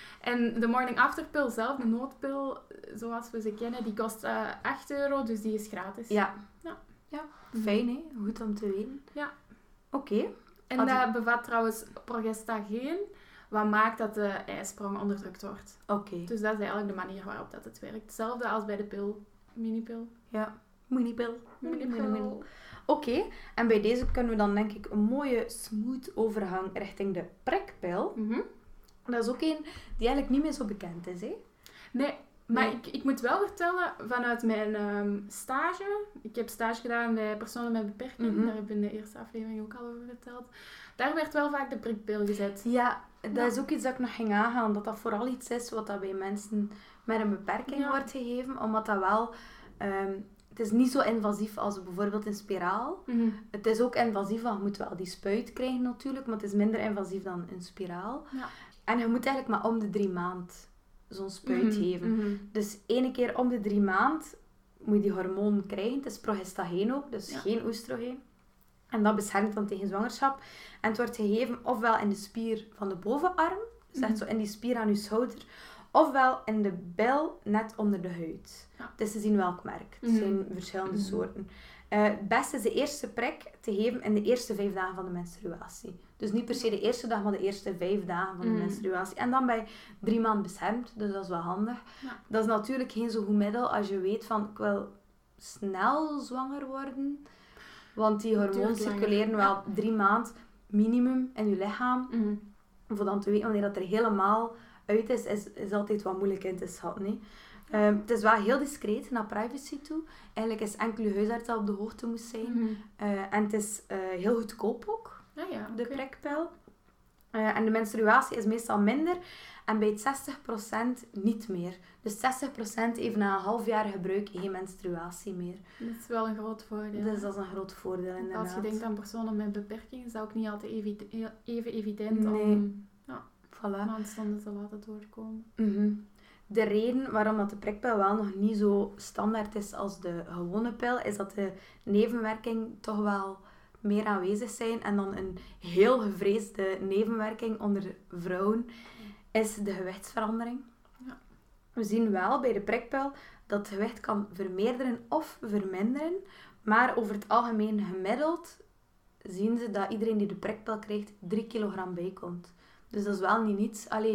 En de morning after pill zelf, de noodpil, zoals we ze kennen, die kost eh, acht euro, dus die is gratis. Ja. Ja. Ja, fijn hè. Goed om te weten. Ja. Oké. En Had- dat bevat trouwens progestageen, wat maakt dat de ijsprong onderdrukt wordt. Oké. Dus dat is eigenlijk de manier waarop dat het werkt. Hetzelfde als bij de pil. Minipil. Ja. Minipil. Minipil. Oké, en bij deze kunnen we dan denk ik een mooie smooth overgang richting de prikpil. Mhm. Dat is ook een die eigenlijk niet meer zo bekend is, hè? Nee, maar Nee. Ik, ik moet wel vertellen, vanuit mijn ehm, stage, ik heb stage gedaan bij personen met beperking, Mhm. daar heb ik in de eerste aflevering ook al over verteld. Daar werd wel vaak de prikpil gezet. Ja, dat Ja. is ook iets dat ik nog ging aangaan. Dat dat vooral iets is wat dat bij mensen met een beperking Ja. wordt gegeven. Omdat dat wel... ehm, het is niet zo invasief als bijvoorbeeld een spiraal. Mhm. Het is ook invasief, want je moet wel die spuit krijgen natuurlijk. Maar het is minder invasief dan een spiraal. Ja. En je moet eigenlijk maar om de drie maand zo'n spuit Mhm. geven. Mhm. Dus ene keer om de drie maand moet je die hormoon krijgen. Het is progestageen ook, dus Ja. geen oestrogeen. En dat beschermt dan tegen zwangerschap. En het wordt gegeven ofwel in de spier van de bovenarm, dus echt Mhm. zo in die spier aan je schouder, ofwel in de bil net onder de huid. Ja. Het is te zien welk merk. Het Mhm. zijn verschillende Mhm. soorten. Eh, het beste is de eerste prik te geven in de eerste vijf dagen van de menstruatie. Dus niet per se de eerste dag, maar de eerste vijf dagen van de Mhm. menstruatie. En dan bij drie maanden beschermd, dus dat is wel handig. Ja. Dat is natuurlijk geen zo goed middel als je weet van, ik wil snel zwanger worden. Want die Het duurt hormonen langer, circuleren wel ja. drie maanden minimum in je lichaam. Mhm. Voor dan te weten wanneer dat er helemaal uit is, is, is altijd wat moeilijk in te schatten. Hè. Ehm, het is wel heel discreet naar privacy toe. Eigenlijk is enkel je huisarts dat op de hoogte moet zijn. Mhm. Eh, en het is eh, heel goedkoop ook, Ah ja, de oké. prikpil. Eh, en de menstruatie is meestal minder. En bij het zestig procent niet meer. Dus zestig procent even na een half jaar gebruik geen menstruatie meer. Dat is wel een groot voordeel. Dus dat is een groot voordeel Want inderdaad. Als je denkt aan personen met beperking, is dat ook niet altijd evi- even evident Nee. om Voilà. maandstonden te laten doorkomen. Mhm. De reden waarom dat de prikpil wel nog niet zo standaard is als de gewone pil, is dat de nevenwerking toch wel meer aanwezig zijn. En dan een heel gevreesde nevenwerking onder vrouwen is de gewichtsverandering. Ja. We zien wel bij de prikpil dat het gewicht kan vermeerderen of verminderen. Maar over het algemeen gemiddeld zien ze dat iedereen die de prikpil krijgt drie kilogram bijkomt. Dus dat is wel niet niets. Allee,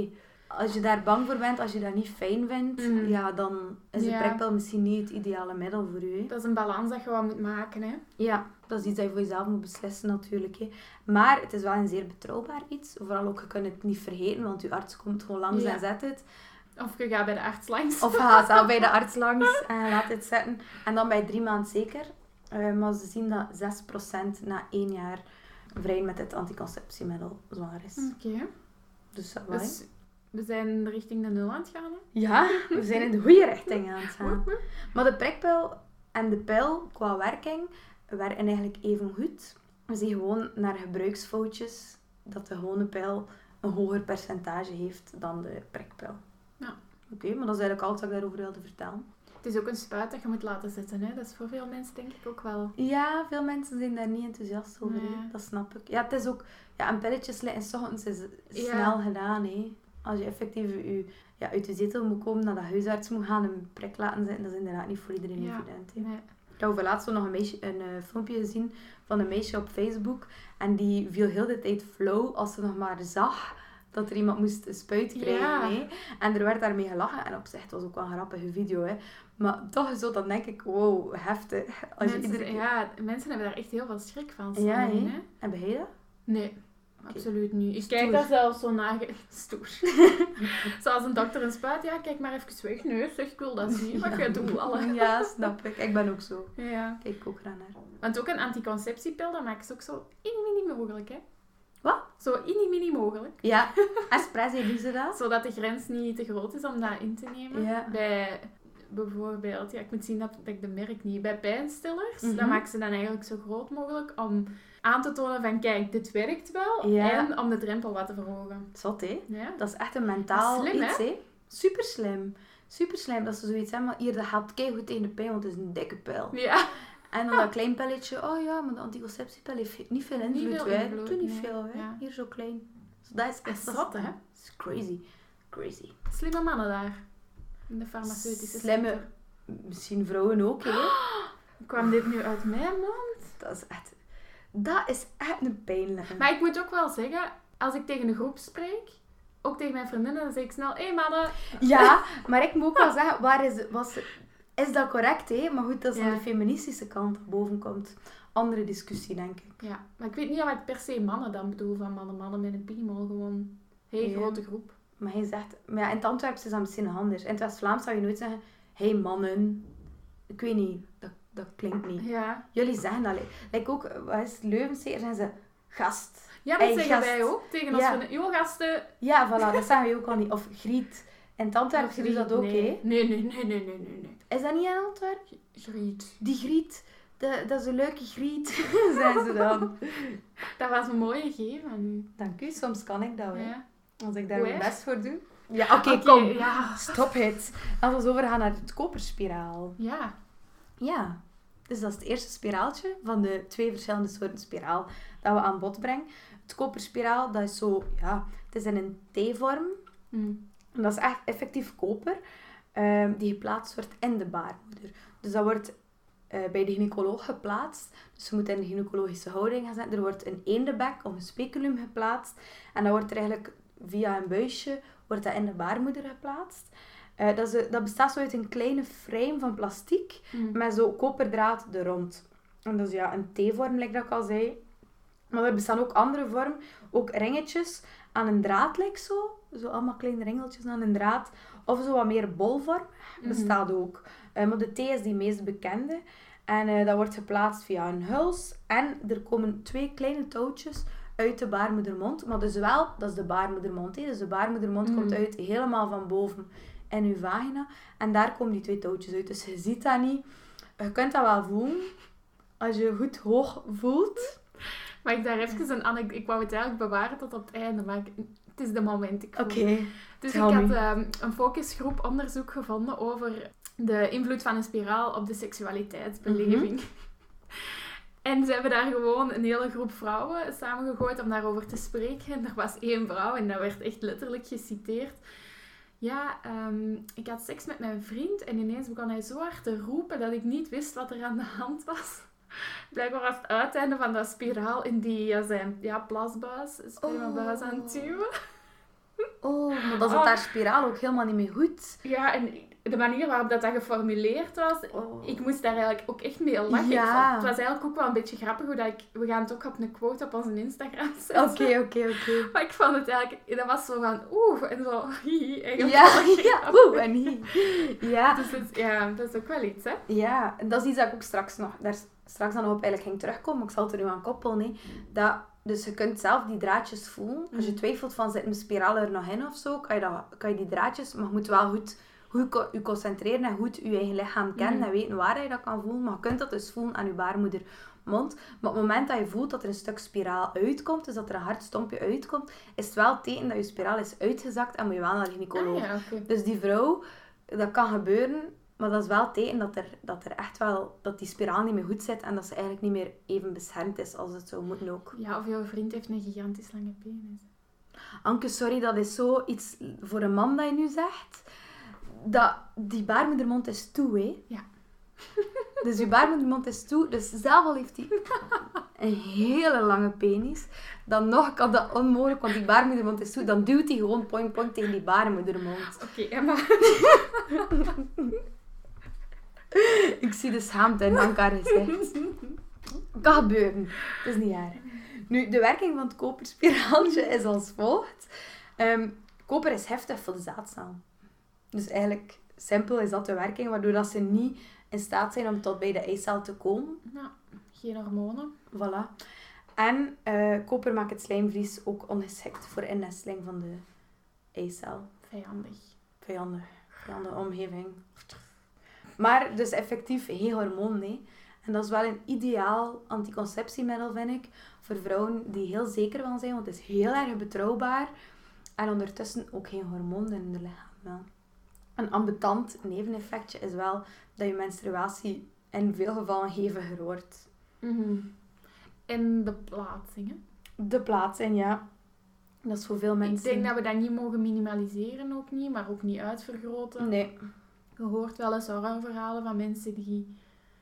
als je daar bang voor bent, als je dat niet fijn vindt, Mm. ja, dan is de Ja. prikpil misschien niet het ideale middel voor u. Hè. Dat is een balans dat je wel moet maken, hè. Ja, dat is iets dat je voor jezelf moet beslissen natuurlijk. Hè. Maar het is wel een zeer betrouwbaar iets. Vooral ook, je kunt het niet vergeten, want je arts komt gewoon langs Ja. en zet het. Of je gaat bij de arts langs. Of je gaat zelf bij de arts langs en laat het zetten. En dan bij drie maanden zeker. Uh, maar ze zien dat zes procent na één jaar vrij met het anticonceptiemiddel zwanger is. Oké. Dus dat wel. Dus we zijn richting de nul aan het gaan, hè. Ja, we zijn in de goede richting aan het gaan. Maar de prikpil en de pil qua werking werken eigenlijk even goed. We zien gewoon naar gebruiksfoutjes dat de gewone pil een hoger percentage heeft dan de prikpil. Ja. Oké, okay, maar dat is eigenlijk alles wat ik daarover wilde vertellen. Het is ook een spuit dat je moet laten zitten, hè. Dat is voor veel mensen denk ik ook wel... Ja, veel mensen zijn daar niet enthousiast over. Nee. Hè. Dat snap ik. Ja, het is ook... Ja, een pilletje slikken 's ochtends is Ja. snel gedaan, hè. Als je effectief je, ja, uit je zetel moet komen, naar de huisarts moet gaan en een prik laten zetten, dat is inderdaad niet voor iedereen Ja. evident. Hè. Nee. Ik heb over laatst zo nog een, meisje, een uh, filmpje gezien van een meisje op Facebook. En die viel heel de tijd flauw als ze nog maar zag dat er iemand moest een spuit krijgen. Ja. Hè. En er werd daarmee gelachen. En op zich, het was ook wel een grappige video. Hè. Maar toch zo, dan denk ik, wow, heftig. Als Mensen, je iedere keer... Ja, mensen hebben daar echt heel veel schrik van. Ja, hè. Samen, hè. En ben jij dat? Nee, absoluut niet. Ik Stoer. kijk daar zelfs zo naar... Stoer. Zoals een dokter een spuit. Ja, kijk maar even weg. Nee, zeg, ik wil dat niet. Wat je doet, alle. Ja, snap ik. Ik ben ook zo. Ja. Kijk ik ook graag naar. Want ook een anticonceptiepil, dat maakt ze ook zo mini-mini mogelijk, hè. Wat? Zo mini-mini mogelijk. Ja, espresso doen ze dat. Zodat de grens niet te groot is om dat in te nemen. Ja. Bij bijvoorbeeld, ja, ik moet zien dat, dat ik de merk niet... Bij pijnstillers, Mhm. dat maken ze dan eigenlijk zo groot mogelijk om aan te tonen van, kijk, dit werkt wel. Ja. En om de drempel wat te verhogen. Zot, hè? Ja. Dat is echt een mentaal Slim, iets, hè? hè? Super slim. Super slim dat ze zoiets hebben. Maar hier, dat helpt keigoed tegen de pijn, want het is een dikke pil. Ja. En dan dat klein pilletje. Oh ja, maar de anticonceptiepil heeft niet veel invloed. veel hè. invloed, Doe niet nee. veel, hè. Ja. Hier zo klein. Dus dat is echt Dat is zot, hè? Dat is crazy. Crazy. Slimme mannen daar. In de farmaceutische Slimme, sector. misschien vrouwen ook, hè. Kwam dit nu uit mijn mond? Dat is echt... Dat is echt een pijnlijke. Maar ik moet ook wel zeggen, als ik tegen een groep spreek, ook tegen mijn vriendinnen, dan zeg ik snel, hé hey, mannen. Ja, maar ik moet ook wel zeggen, waar is, was, is dat correct, hè? Maar goed, dat is Ja. aan de feministische kant dat boven komt. Andere discussie, denk ik. Ja, maar ik weet niet of ik per se mannen dan bedoel van mannen, mannen met een piemel. Gewoon heel Ja. grote groep. Maar hij zegt... Maar ja, in het Antwerps is dat misschien nog anders. In het West-Vlaams zou je nooit zeggen... Hé, hey, mannen. Ik weet niet. Dat, dat klinkt niet. Ja, Jullie zeggen dat. Like, like ook, wat is het, Leuvenseer, zijn ze... Gast. ja dat Hey, zeggen gast. wij ook tegen ons Ja. vrienden. Yo, gasten. Ja, voilà. Dat zeggen we ook al niet. Of griet. In het Antwerps doen ze dat ook, nee. hè? Nee, nee, nee, nee, nee, nee, nee. Is dat niet in Antwerpen? Griet. Die griet. De, dat is een leuke griet. zijn ze dan. Dat was een mooie G van u. Dank u. Soms kan ik dat wel. Ja. Als ik daar Hoe mijn erg? best voor doe. Ja, oké, Oké, kom. Ja. Stop het. Laten we overgaan naar het koperspiraal. Ja. Ja. Dus dat is het eerste spiraaltje van de twee verschillende soorten spiraal dat we aan bod brengen. Het koperspiraal, dat is zo, ja, het is in een T-vorm. Hm. En dat is echt effectief koper, ehm, die geplaatst wordt in de baarmoeder. Dus dat wordt eh, bij de gynaecoloog geplaatst. Dus je moet in de gynaecologische houding gaan zetten. Er wordt een eendebek of een speculum geplaatst. En dat wordt er eigenlijk via een buisje wordt dat in de baarmoeder geplaatst. Eh, dat, is, een- dat bestaat zo uit een kleine frame van plastic Hm. met zo koperdraad er rond. En dat is ja een T-vorm, like dat ik al zei. Maar er bestaan ook andere vormen. Ook ringetjes aan een draad, like zo. Zo allemaal kleine ringeltjes aan een draad. Of zo wat meer bolvorm bestaat ook. Eh, maar de T is die meest bekende. En eh, dat wordt geplaatst via een huls. En er komen twee kleine touwtjes uit de baarmoedermond. Maar dus wel, dat is de baarmoedermond. Hè. Dus de baarmoedermond Mhm. komt uit helemaal van boven in uw vagina. En daar komen die twee touwtjes uit. Dus je ziet dat niet. Je kunt dat wel voelen. Als je goed hoog voelt. Maar ik daar even een anekdote... Ik wou het eigenlijk bewaren tot op het einde, maar ik- het is de moment. Ik voel Oké. het. Dus ik tell had me. ehm, een focusgroep onderzoek gevonden over de invloed van een spiraal op de seksualiteitsbeleving. Mhm. En ze hebben daar gewoon een hele groep vrouwen samengegooid om daarover te spreken. En er was één vrouw en dat werd echt letterlijk geciteerd. Ja, ehm, ik had seks met mijn vriend en ineens begon hij zo hard te roepen dat ik niet wist wat er aan de hand was. Blijkbaar was het uiteinde van dat spiraal in die ja, zijn ja, plasbuis, spermabuis aan het duwen. Oh, maar dan zit Oh. haar spiraal ook helemaal niet meer goed. Ja, en de manier waarop dat, dat geformuleerd was, Oh. ik moest daar eigenlijk ook echt mee lachen. Ja. Ik vond- het was eigenlijk ook wel een beetje grappig hoe dat ik... We gaan het ook op een quote op onze Instagram zetten. Oké, oké, oké. Maar ik vond het eigenlijk... Dat was zo van oeh, en zo hihi. Eigenlijk Ja, wel ja, grappig. oeh, en hier. Ja, Dus het- ja, dat is ook wel iets, hè. ja, en dat is iets dat ik ook straks nog, daar straks dan op eigenlijk ging terugkomen, maar ik zal het er nu aan koppelen. Hè. Dat, dus je kunt zelf die draadjes voelen. Als je Mhm. twijfelt van, zit mijn spiraal er nog in of zo, kan je, dat, kan je die draadjes, maar je moet wel goed, goed co- je concentreren en goed je eigen lichaam kennen Mhm. en weten waar je dat kan voelen. Maar je kunt dat dus voelen aan je baarmoedermond. Maar op het moment dat je voelt dat er een stuk spiraal uitkomt, dus dat er een hard stompje uitkomt, is het wel het teken dat je spiraal is uitgezakt en moet je wel naar de gynaecoloog. Ah, ja, oké. Dus die vrouw, dat kan gebeuren, maar dat is wel het teken dat er, dat er echt wel, dat die spiraal niet meer goed zit en dat ze eigenlijk niet meer even beschermd is als het zou moeten ook. Ja, of jouw vriend heeft een gigantisch lange penis. Anke, sorry, dat is zo iets voor een man dat je nu zegt. Dat, die baarmoedermond is toe, hè. Ja. Dus je baarmoedermond is toe, dus zelf al heeft hij een hele lange penis. Dan nog kan dat onmogelijk, want die baarmoedermond is toe. Dan duwt hij gewoon point point tegen die baarmoedermond. Oké, Emma. Ik zie de schaamte in elkaar gezicht. Kan gebeuren. Het is niet erg. Nu, de werking van het koperspiraaltje is als volgt. Ehm, koper is heftig voor de zaadcel. Dus eigenlijk, simpel is dat de werking, waardoor dat ze niet in staat zijn om tot bij de eicel te komen. Ja, geen hormonen. Voilà. En eh, koper maakt het slijmvlies ook ongeschikt voor innesteling van de eicel. Vijandig. Vijandig. Vijandige omgeving. Maar dus effectief geen hormoon, nee. En dat is wel een ideaal anticonceptiemiddel, vind ik. Voor vrouwen die heel zeker van zijn, want het is heel erg betrouwbaar. En ondertussen ook geen hormoon in het lichaam. Ja. Een ambetant neveneffectje is wel dat je menstruatie in veel gevallen heviger wordt. Mhm. En de plaatsingen. De plaatsing, ja. Dat is voor veel mensen... Ik denk dat we dat niet mogen minimaliseren, ook niet, maar ook niet uitvergroten. Nee. Je hoort wel eens horrorverhalen van mensen die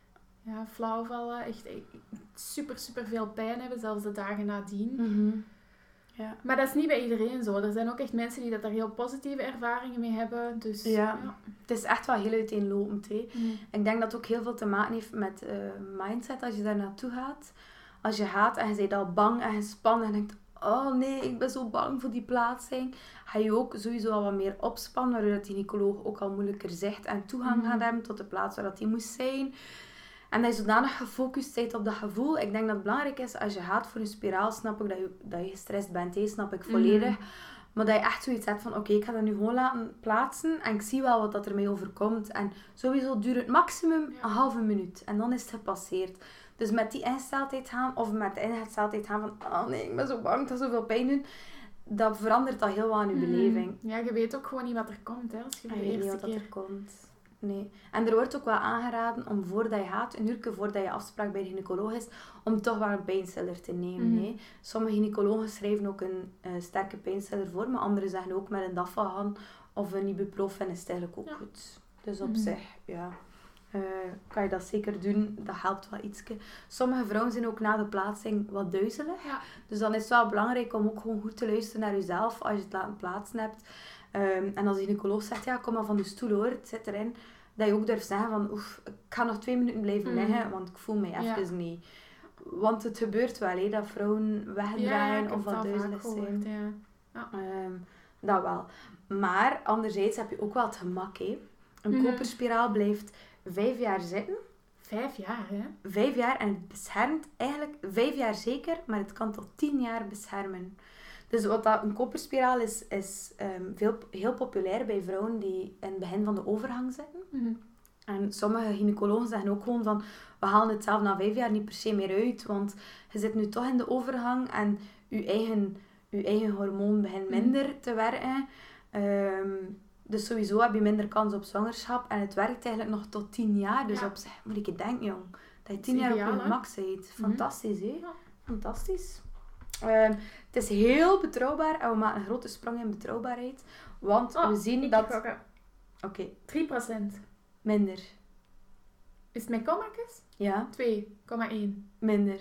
ja, flauw vallen, echt eh, super, super veel pijn hebben, zelfs de dagen nadien. Mhm. Ja. Maar dat is niet bij iedereen zo. Er zijn ook echt mensen die dat daar heel positieve ervaringen mee hebben. Dus, Ja. Het is echt wel heel uiteenlopend, hè. Mm. Ik denk dat het ook heel veel te maken heeft met uh, mindset als je daar naartoe gaat. Als je gaat en je bent al bang en gespannen en denkt, oh nee, ik ben zo bang voor die plaatsing, ga je ook sowieso al wat meer opspannen, waardoor dat die gynaecoloog ook al moeilijker zicht en toegang Mhm. gaat hebben tot de plaats waar dat die moest zijn. En dat je zodanig gefocust bent op dat gevoel. Ik denk dat het belangrijk is, als je gaat voor een spiraal, snap ik dat je, dat je gestrest bent, hè, snap ik volledig. Mhm. Maar dat je echt zoiets hebt van, oké, ik ga dat nu gewoon laten plaatsen en ik zie wel wat dat er mij overkomt. En sowieso duurt het maximum Ja. een halve minuut en dan is het gepasseerd. Dus met die ingesteldheid gaan, of met de ingesteldheid gaan van, oh nee, ik ben zo bang, dat zoveel pijn doen, dat verandert dat heel wat aan je beleving. Ja, je weet ook gewoon niet wat er komt, hè, als je En de je weet niet eerste wat dat keer... er komt. Nee. En er wordt ook wel aangeraden om voordat je gaat, een uur voordat je afspraak bij de gynaecoloog is, om toch wel een pijnstiller te nemen. Mhm. hè. Sommige gynaecologen schrijven ook een uh, sterke pijnstiller voor, maar anderen zeggen ook met een Dafalgan of een ibuprofen is het eigenlijk ook Ja. goed. Dus op Mhm. zich, ja, uh, kan je dat zeker doen. Dat helpt wel ietsje. Sommige vrouwen zijn ook na de plaatsing wat duizelig. Ja. Dus dan is het wel belangrijk om ook gewoon goed te luisteren naar jezelf als je het laten plaatsen hebt. Um, en als de gynaecoloog zegt, ja, kom maar van de stoel hoor, het zit erin. Dat je ook durft zeggen van, oef, ik ga nog twee minuten blijven Mm. liggen, want ik voel mij even Ja. niet. Want het gebeurt wel, hè, dat vrouwen Ja, wegdraaien ik heb of wat het al duizelig vaak zijn. gehoord, ja. Um, dat wel. Maar anderzijds heb je ook wel het gemak, hè. Een Mhm. koperspiraal blijft vijf jaar zitten. Vijf jaar, hè? Vijf jaar en het beschermt eigenlijk vijf jaar zeker, maar het kan tot tien jaar beschermen. Dus wat dat een koperspiraal is, is um, veel, heel populair bij vrouwen die in het begin van de overgang zitten. Mhm. En sommige gynaecologen zeggen ook gewoon van, we halen het zelf na vijf jaar niet per se meer uit, want je zit nu toch in de overgang en je eigen, je eigen hormoon begint minder te werken. Um, dus sowieso heb je minder kans op zwangerschap en het werkt eigenlijk nog tot tien jaar. Dus Ja. op zich moet ik je denken, jong, dat je tien is jaar ideaal, op je hè? gemak bent. Fantastisch, hè? Ja. Fantastisch. Um, het is heel betrouwbaar en we maken een grote sprong in betrouwbaarheid, want Oh, we zien ik dat... gokken. Oké, okay, drie procent. minder. Is het met kommakjes? Ja, twee komma één. minder.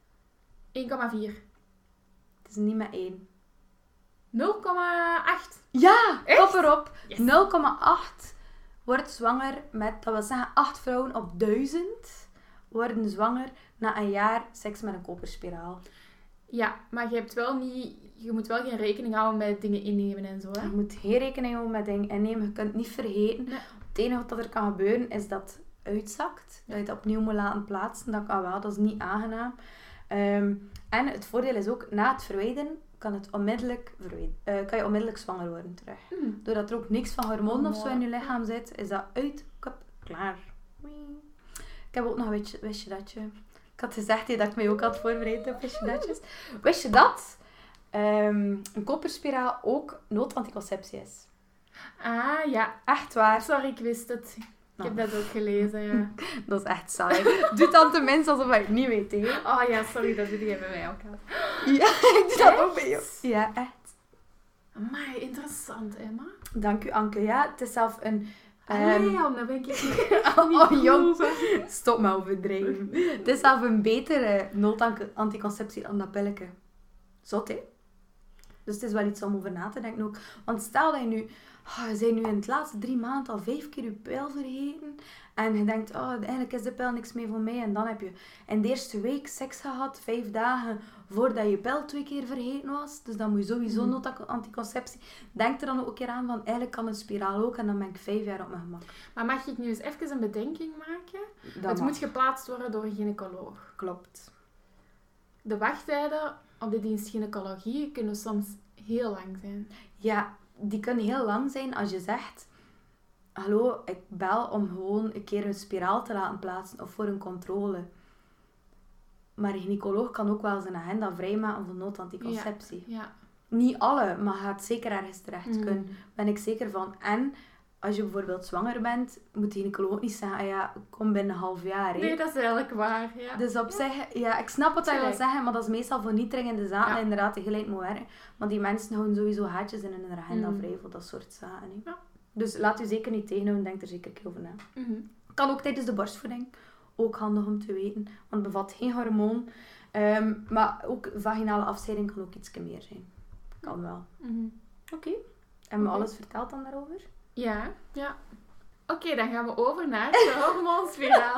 één komma vier. Het is niet met één. nul komma acht. Ja, Echt? kop erop. Yes. nul komma acht wordt zwanger met, dat wil zeggen, acht vrouwen op duizend worden zwanger na een jaar seks met een koperspiraal. Ja, maar je hebt wel niet... Je moet wel geen rekening houden met dingen innemen en zo, hè? Je moet geen rekening houden met dingen innemen. Je kunt het niet vergeten. Nee. Het enige wat er kan gebeuren is dat het uitzakt. Dat je het opnieuw moet laten plaatsen. Dat kan wel, dat is niet aangenaam. Um, en het voordeel is ook, na het verwijderen kan, het onmiddellijk verwijderen, uh, kan je onmiddellijk zwanger worden terug. Mm. Doordat er ook niks van hormonen Oh, of zo in je lichaam zit, is dat uit, kop, klaar. Wee. Ik heb ook nog een wist, wist je dat je... Ik had gezegd dat ik mij ook had voorbereid op wist je datjes. Wist je dat um, een koperspiraal ook noodanticonceptie is? Ah, ja. Echt waar. Sorry, ik wist het. Ik Nou. heb dat ook gelezen, ja. Dat is echt saai. Doe dan tenminste alsof ik het niet weet, hè. Oh ja, sorry, dat doe jij bij mij ook al. Ja, ik doe dat Echt? ook bij jou. Ja, echt. Maar interessant, Emma. Dank u, Anke. Ja, het is zelf een... Um, Um, ja, dan ben ik echt oh, niet oh, jong. geloven. Stop maar overdrijven. Het is zelf een betere noodanticonceptie dan dat pilletje. Zot, hè? Dus het is wel iets om over na te denken ook. Want stel dat je nu... Oh, je bent nu in het laatste drie maanden al vijf keer je pil vergeten. En je denkt, oh, eigenlijk is de pil niks meer voor mij. En dan heb je in de eerste week seks gehad, vijf dagen voordat je pil twee keer vergeten was. Dus dan moet je sowieso Mm. noodanticonceptie. Denk er dan ook een keer aan van, eigenlijk kan een spiraal ook. En dan ben ik vijf jaar op mijn gemak. Maar mag ik nu eens even een bedenking maken? Dat het mag. moet geplaatst worden door een gynaecoloog. Klopt. De wachttijden op de dienst gynaecologie kunnen soms heel lang zijn. Ja, die kunnen heel lang zijn als je zegt... Hallo, ik bel om gewoon een keer een spiraal te laten plaatsen of voor een controle. Maar een gynaecoloog kan ook wel zijn agenda vrijmaken voor noodanticonceptie. Ja. Niet alle, maar gaat zeker ergens terecht Mm. kunnen. Daar ben ik zeker van. En als je bijvoorbeeld zwanger bent, moet de gynaecoloog niet zeggen... Ah ja, kom binnen een half jaar. Hè. Nee, dat is eigenlijk waar. Ja. Dus op zich, ja, ik snap wat hij wil Gelijk. zeggen, maar dat is meestal voor niet dringende zaken Ja. dat inderdaad tegelijk moet werken. Want die mensen houden sowieso haatjes in hun agenda Mm. vrij voor dat soort zaken. Hè. Ja. Dus laat u zeker niet tegenhouden, denk er zeker een keer over na. Mhm. Kan ook tijdens de borstvoeding. Ook handig om te weten, want het bevat geen hormoon. Ehm, maar ook vaginale afscheiding kan ook iets meer zijn. Kan wel. Mhm. Oké. Hebben we Oké. alles verteld dan daarover? Ja, ja. Oké, dan gaan we over naar de hormoonspiraal.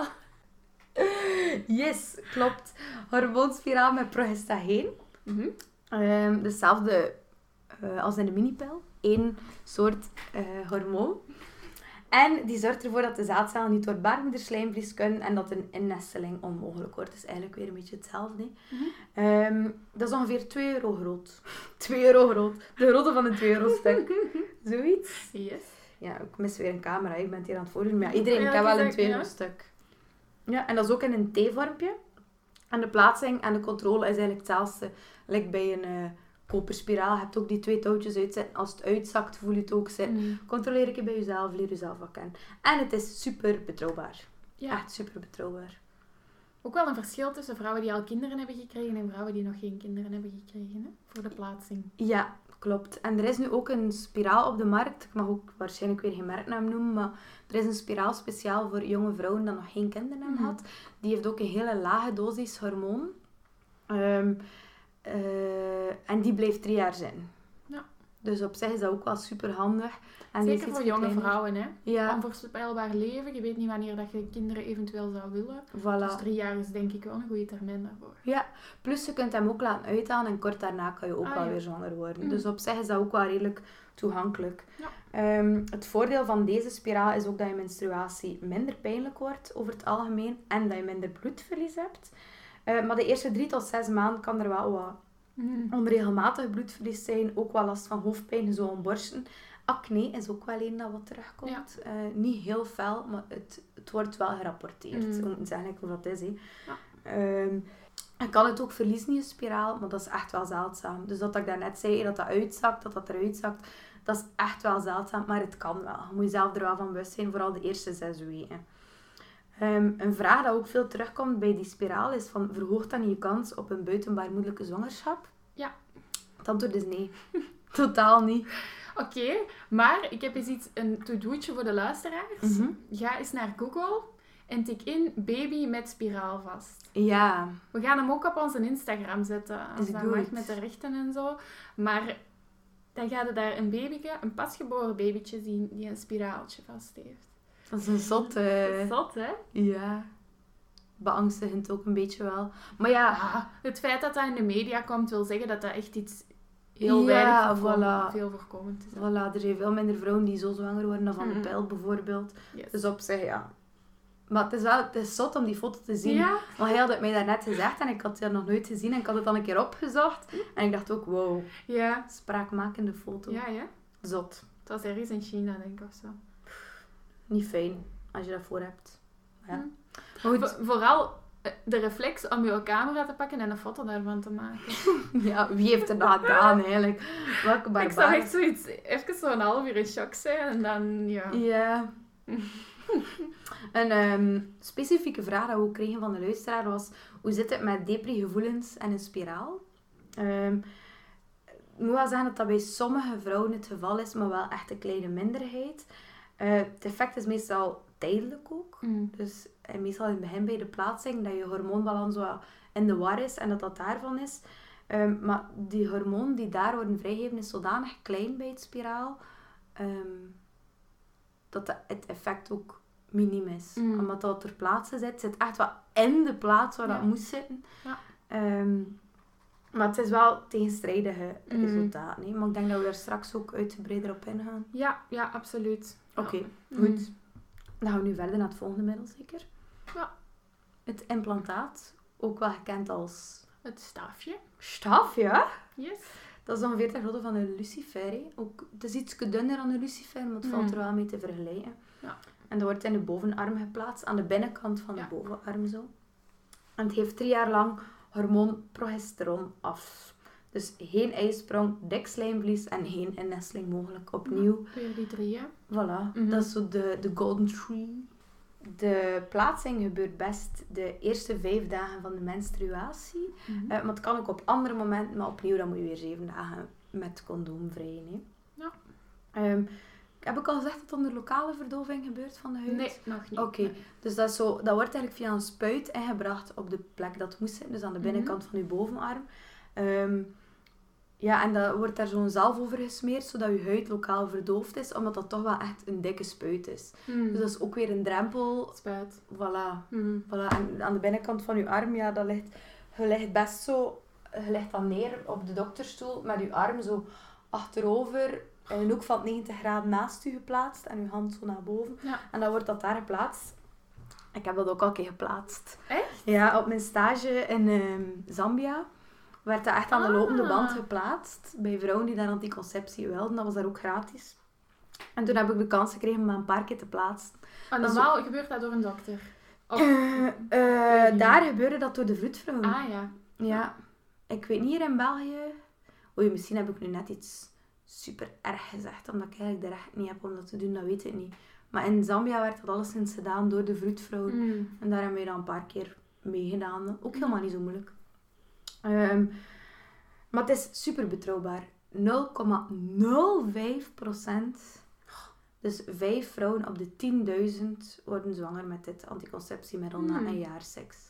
Yes, klopt. Hormoonspiraal met progestageen. Mhm. Um, dezelfde uh, als in de minipil. Eén soort uh, hormoon. En die zorgt ervoor dat de zaadcellen niet door het baarmoederslijmvlies kunnen en dat een innesteling onmogelijk wordt. Dat is eigenlijk weer een beetje hetzelfde. Mhm. Um, dat is ongeveer twee euro groot. twee euro groot. De grootte van een twee euro stuk. Zoiets. Yes. Ja, ik mis weer een camera. Ik ben het hier aan het voordoen. Maar ja, iedereen Ja, kan wel een gezegd, twee euro ja. stuk. Ja, en dat is ook in een T-vormpje. En de plaatsing en de controle is eigenlijk hetzelfde. Like bij een uh, koperspiraal. Je hebt ook die twee touwtjes uitzetten. Als het uitzakt, voel je het ook zitten. Mhm. Controleer ik het bij jezelf, leer jezelf wat kennen. En het is super betrouwbaar. Ja. Echt super betrouwbaar. Ook wel een verschil tussen vrouwen die al kinderen hebben gekregen en vrouwen die nog geen kinderen hebben gekregen, hè? Voor de plaatsing. Ja, klopt. En er is nu ook een spiraal op de markt. Ik mag ook waarschijnlijk weer geen merknaam noemen, maar er is een spiraal speciaal voor jonge vrouwen die nog geen kinderen hebben Mhm. gehad. Die heeft ook een hele lage dosis hormoon. Um, uh, en die blijft drie jaar zijn. Ja. Dus op zich is dat ook wel super handig. En die is Zeker iets voor jonge kleiner. vrouwen, hè? Ja, Onvoorspelbaar leven. Je weet niet wanneer dat je kinderen eventueel zou willen. voilà. Dus drie jaar is denk ik wel een goede termijn daarvoor. Ja, plus je kunt hem ook laten uithalen en kort daarna kan je ook Ah, wel ja. weer zwanger worden. Mm. Dus op zich is dat ook wel redelijk toegankelijk. Ja. Ehm, het voordeel van deze spiraal is ook dat je menstruatie minder pijnlijk wordt over het algemeen en dat je minder bloedverlies hebt. Eh, maar de eerste drie tot zes maanden kan er wel wat Mhm. onregelmatig bloedverlies zijn, ook wel last van hoofdpijn, zo aan borsten. Acne is ook wel een dat wat terugkomt. Eh, niet heel fel, maar het, het wordt wel gerapporteerd. Mm. We moeten zeggen hoe dat is. Hè. Ja. Ehm, je kan het ook verliezen in je spiraal, maar dat is echt wel zeldzaam. Dus dat ik daarnet zei, dat dat uitzakt, dat dat eruit zakt, dat is echt wel zeldzaam, maar het kan wel. Je moet jezelf er wel van bewust zijn, vooral de eerste zes weken. Um, een vraag dat ook veel terugkomt bij die spiraal is van, verhoogt dat niet je kans op een buitenbaarmoedelijke zwangerschap? Ja. Het antwoord is nee. Totaal niet. Oké, maar ik heb eens iets, een to-do'tje voor de luisteraars. Mhm. Ga eens naar Google en tik in baby met spiraal vast. Ja. We gaan hem ook op onze Instagram zetten, als Is dat goed. mag, met de rechten en zo. Maar dan ga je daar een babyke, een pasgeboren babytje zien die een spiraaltje vast heeft. Dat is een zot... Uh... Dat is zot, hè? Ja. Beangstigend ook een beetje wel. Maar ja... ja... Het feit dat dat in de media komt, wil zeggen dat dat echt iets heel ja, weinig voorkomen, voilà. veel voorkomend is. Voilà, er zijn veel minder vrouwen die zo zwanger worden dan van Mm-hmm. de pil bijvoorbeeld. Yes. Dus op zich, ja. Maar het is wel het is zot om die foto te zien. Ja. Want hij had het mij daarnet gezegd en ik had het nog nooit gezien. En ik had het dan een keer opgezocht. En ik dacht ook, wow, Ja. spraakmakende foto. Ja, ja. Zot. Het was ergens in China, denk ik, of zo. Niet fijn, als je dat voor hebt. Ja. Hm. Maar goed, Vo- vooral eh, de reflex om je camera te pakken en een foto daarvan te maken. ja, wie heeft er dat gedaan eigenlijk? Welke barbaar. Ik zou echt zoiets, even zo'n half uur in shock zijn en dan, ja. Ja. Een um, specifieke vraag die we ook kregen van de luisteraar was: hoe zit het met depri-gevoelens en een spiraal? Um, ik moet wel zeggen dat dat bij sommige vrouwen het geval is, maar wel echt een kleine minderheid. Uh, het effect is meestal tijdelijk ook. Mm. Dus uh, meestal in het begin bij de plaatsing, dat je hormoonbalans wel in de war is en dat dat daarvan is. Um, maar die hormonen die daar worden vrijgegeven is zodanig klein bij het spiraal, um, dat de, het effect ook miniem is. Mm. Omdat dat ter plaatse zit. Het zit echt wel in de plaats waar ja. dat moest zitten. Ja. Um, maar het is wel tegenstrijdige Mm. resultaten. Hè? Maar ik denk dat we daar straks ook uitgebreider op ingaan. Ja, ja, absoluut. Oké, okay, ja. goed. Mm. Dan gaan we nu verder naar het volgende middel, zeker? Ja. Het implantaat, ook wel gekend als... Het staafje. Staf, ja. Yes. Dat is ongeveer de grootte van een lucifer. Hè. Ook, het is iets dunner dan een lucifer, maar het Mm. valt er wel mee te vergelijken. Ja. En dat wordt in de bovenarm geplaatst, aan de binnenkant van de Ja. bovenarm zo. En het heeft drie jaar lang hormoon progesteron af. Dus geen ijsprong, dik slijmvlies en geen innesteling mogelijk. Opnieuw, Weer die drie, hè. voilà. Mhm. Dat is zo de, de golden tree. De plaatsing gebeurt best de eerste vijf dagen van de menstruatie. Mm-hmm. Uh, maar het kan ook op andere momenten, maar opnieuw dan moet je weer zeven dagen met condoom vrij. Hè. Ja. Um, heb ik al gezegd dat het onder lokale verdoving gebeurt van de huid? Nee, nog niet. Oké, okay. Dus dat, is zo, dat wordt eigenlijk via een spuit ingebracht op de plek dat het moest zitten, dus aan de binnenkant mm-hmm. van je bovenarm. Um, ja, en dat wordt daar zo'n zalf over gesmeerd, zodat je huid lokaal verdoofd is, omdat dat toch wel echt een dikke spuit is. Mm. Dus dat is ook weer een drempel. Spuit. Voilà. Mm. Voilà. En aan de binnenkant van je arm, ja, dat ligt, je ligt best zo, je ligt dan neer op de dokterstoel met je arm zo achterover, in een hoek van negentig graden naast u geplaatst en je hand zo naar boven. Ja. En dan wordt dat daar geplaatst. Ik heb dat ook al een keer geplaatst. Echt? Ja, op mijn stage in um, Zambia werd dat echt aan de lopende Ah. band geplaatst. Bij vrouwen die daar anticonceptie wilden. Dat was daar ook gratis. En toen heb ik de kans gekregen om dat een paar keer te plaatsen. Maar Dat is normaal gebeurt dat door een dokter. Of... Uh, uh, daar gebeurde dat door de vroedvrouw. Ah ja. Ja. Ik weet niet hier in België... Oei, misschien heb ik nu net iets super erg gezegd. Omdat ik eigenlijk de recht niet heb om dat te doen. Dat weet ik niet. Maar in Zambia werd dat alleszins gedaan door de vroedvrouw. Mm. En daar hebben we dan een paar keer meegedaan. Ook helemaal niet zo moeilijk. Um, maar het is super betrouwbaar. nul komma nul vijf procent. Dus vijf vrouwen op de tienduizend worden zwanger met dit anticonceptiemiddel Hmm. na een jaar seks.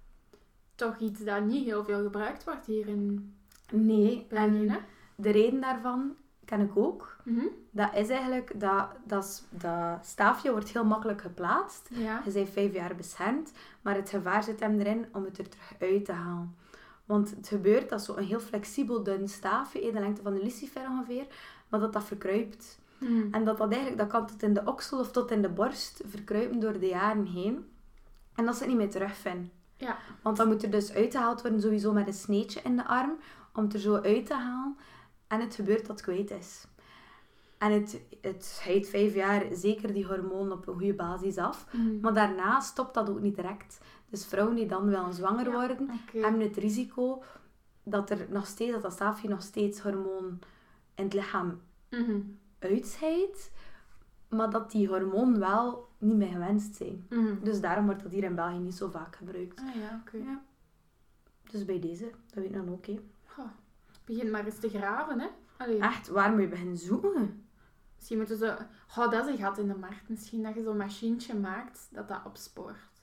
Toch iets dat niet heel veel gebruikt wordt hier in Nee, België, en hè? de reden daarvan ken ik ook. Mm-hmm. Dat is eigenlijk dat, dat, dat staafje wordt heel makkelijk geplaatst. Ja. Je bent vijf jaar beschermd, maar het gevaar zit hem erin om het er terug uit te halen. Want het gebeurt dat zo'n heel flexibel dun staafje, de lengte van de lucifer ongeveer, maar dat dat verkruipt. Mm. En dat dat eigenlijk, dat kan tot in de oksel of tot in de borst verkruipen door de jaren heen. En dat ze het niet meer terugvinden. Ja. Want dan moet er dus uitgehaald worden, sowieso met een sneetje in de arm, om het er zo uit te halen. En het gebeurt dat het kwijt is. En het, het houdt vijf jaar zeker die hormoon op een goede basis af. Mm. Maar daarna stopt dat ook niet direct. Dus vrouwen die dan wel zwanger Ja, worden, okay. hebben het risico dat er nog steeds, dat dat staafje nog steeds hormoon in het lichaam Mm-hmm. uitscheidt, maar dat die hormoon wel niet meer gewenst zijn. Mm-hmm. Dus daarom wordt dat hier in België niet zo vaak gebruikt. Ah ja, oké. Ja. Dus bij deze, dat weet je dan ook, hè. Goh, begin maar eens te graven, hè. Allee. Echt, waar moet je beginnen zoeken? Misschien moeten ze... Oh, dat is een gat in de markt. Misschien dat je zo'n machientje maakt dat dat opspoort.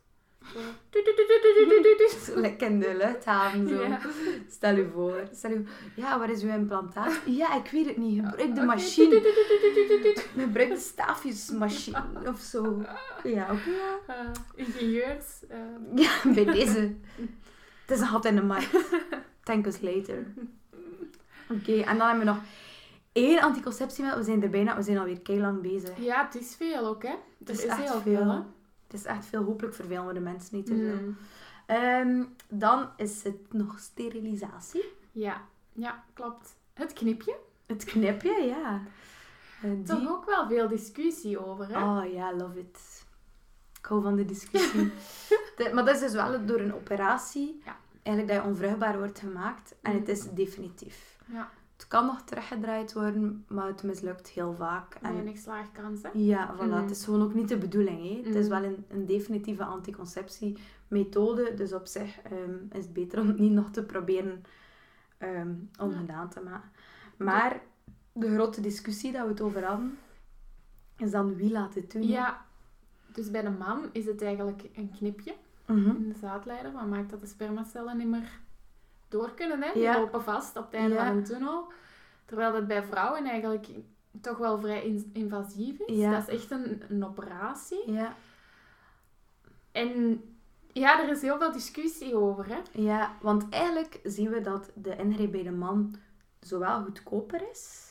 Zo. Zo lekker in de luchthaven zo. Ja. Stel je voor. Stel je, ja, waar is uw implantaat? Ja, ik weet het niet. Gebruik de Oké. machine. Gebruik de staafjesmachine of zo. Ja, oké. Ja. Uh, ingenieurs. Uh. Ja, bij deze. Het is een gat in de markt. Thank us later. Oké, okay, en dan hebben we nog één anticonceptiemiddel. We zijn er bijna, we zijn alweer keilang bezig. Ja, het is veel ook, hè. Er Het is, is echt heel veel. veel, hè. Het is echt veel. Hopelijk vervelen we de mensen niet te veel. Mm. Um, dan is het nog sterilisatie. Ja, ja, klopt. Het knipje. Het knipje, ja. Uh, die... Toch ook wel veel discussie over, hè. Oh ja, love it. Ik hou van de discussie. de, maar dat is dus wel door een operatie. Ja. Eigenlijk dat je onvruchtbaar wordt gemaakt. En Mm. het is definitief. Ja. Het kan nog teruggedraaid worden, maar het mislukt heel vaak. En Weinig slaagkans, hè. ja, voilà. Mm. Het is gewoon ook niet de bedoeling. Hè. Het is Mm. wel een, een definitieve anticonceptiemethode. Dus op zich um, is het beter om het niet nog te proberen um, ongedaan te maken. Maar de grote discussie dat we het over hadden, is dan wie laat het doen. hè? Ja. Dus bij de man is het eigenlijk een knipje Mhm. in de zaadleider. Wat maakt dat de spermacellen niet meer door kunnen, hè. Die Ja. lopen vast op het einde Ja. van een tunnel. Terwijl dat bij vrouwen eigenlijk toch wel vrij in- invasief is. Ja. Dat is echt een, een operatie. Ja. En ja, er is heel veel discussie over, hè. Ja, want eigenlijk zien we dat de ingreep bij de man zowel goedkoper is,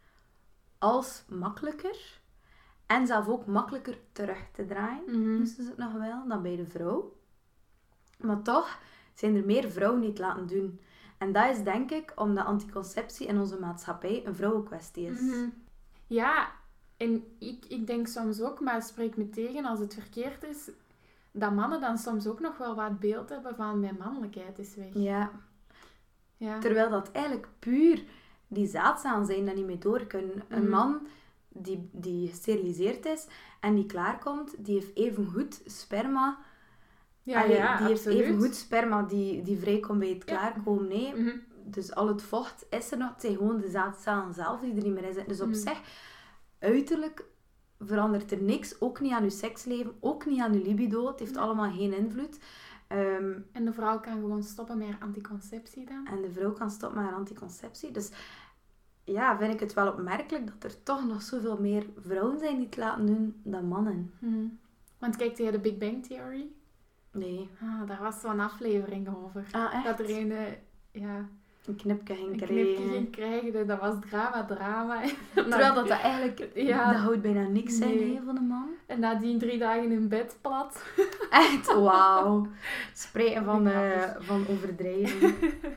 als makkelijker. En zelf ook makkelijker terug te draaien, Mhm. moesten ze het nog wel, dan bij de vrouw. Maar toch zijn er meer vrouwen die het laten doen. En dat is denk ik omdat anticonceptie in onze maatschappij een vrouwenkwestie is. Mhm. Ja, en ik, ik denk soms ook, maar spreek me tegen als het verkeerd is, dat mannen dan soms ook nog wel wat beeld hebben van mijn mannelijkheid is weg. Ja, Ja. terwijl dat eigenlijk puur die zaadcellen zijn dat niet mee door kunnen. Een Mhm. man die, die gesteriliseerd is en die klaarkomt, die heeft evengoed sperma. Ja, Allee, ja, die heeft absoluut. evengoed sperma die, die vrijkomt bij het Ja. klaarkomen. Nee. Mhm. Dus al het vocht is er nog. Het zijn gewoon de zaadcellen zelf die er niet meer in zitten. Dus op Mhm. zich, uiterlijk verandert er niks. Ook niet aan je seksleven, ook niet aan je libido. Het heeft Ja. allemaal geen invloed. Ehm, En de vrouw kan gewoon stoppen met haar anticonceptie dan. en de vrouw kan stoppen met haar anticonceptie. Dus ja, vind ik het wel opmerkelijk dat er toch nog zoveel meer vrouwen zijn die het laten doen dan mannen. Mhm. Want kijk tegen de Big Bang Theory. Nee. Ah, daar was zo'n aflevering over. Ah, echt? Dat er een, eh, ja, Een knipje ging een krijgen. knipje ging krijgen. Dat was drama, drama. Terwijl dat, dat eigenlijk... Ja. Dat houdt bijna niks in Nee. hè, van een man. En nadien drie dagen in bed plat. Echt, wauw. Spreken van, Ja, eh van overdrijving.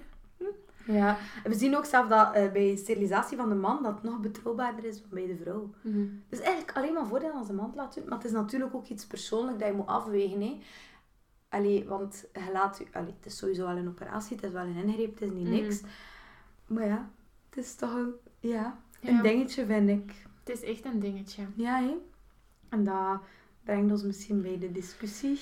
Ja. En we zien ook zelf dat eh, bij sterilisatie van de man dat het nog betrouwbaarder is dan bij de vrouw. Mhm. Dus eigenlijk alleen maar voordeel als de man het laat doen. Maar het is natuurlijk ook iets persoonlijks dat je moet afwegen. Hè. Allee, want je laat u, allee, het is sowieso wel een operatie, het is wel een ingreep, het is niet niks. Mhm. Maar ja, het is toch een, ja, Ja. een dingetje, vind ik. Het is echt een dingetje. Ja, hè? En dat brengt ons misschien bij de discussie.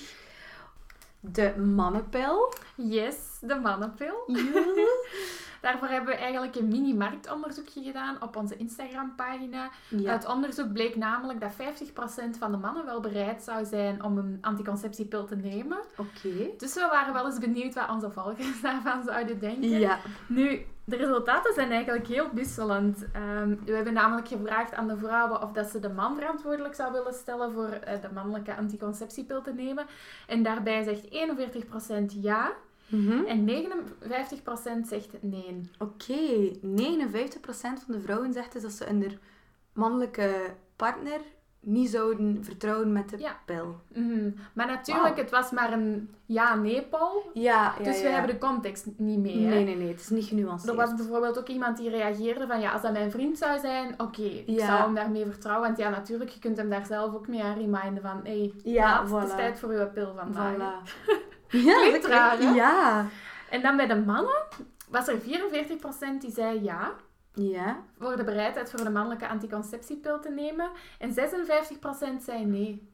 De mannenpil. Yes, de mannenpil. Ja. Daarvoor hebben we eigenlijk een mini-marktonderzoekje gedaan op onze Instagram-pagina. Ja. Uit onderzoek bleek namelijk dat vijftig procent van de mannen wel bereid zou zijn om een anticonceptiepil te nemen. Oké. Dus we waren wel eens benieuwd wat onze volgers daarvan zouden denken. Ja. Nu, de resultaten zijn eigenlijk heel wisselend. Ehm, we hebben namelijk gevraagd aan de vrouwen of dat ze de man verantwoordelijk zou willen stellen voor eh, de mannelijke anticonceptiepil te nemen. En daarbij zegt eenenveertig procent ja Mhm. en negenenvijftig procent zegt nee. Oké. negenenvijftig procent van de vrouwen zegt dus dat ze hun mannelijke partner niet zouden vertrouwen met de Ja. pil. Mhm. Maar natuurlijk, Wauw. het was maar een ja-nee-poll. Ja, ja, Dus we ja. hebben de context niet mee. Hè? Nee, nee, nee. Het is niet genuanceerd. Er was bijvoorbeeld ook iemand die reageerde van ja, als dat mijn vriend zou zijn, oké, ik Ja. zou hem daarmee vertrouwen. Want ja, natuurlijk, je kunt hem daar zelf ook mee aan reminden van hé, hey, Ja, laat, het is voilà. tijd voor uw pil vandaag. Voilà. Ja, Klinkt dat raar, hè? Ja. En dan bij de mannen was er vierenveertig procent die zei ja, Ja. voor de bereidheid voor de mannelijke anticonceptiepil te nemen. En zesenvijftig procent zei nee.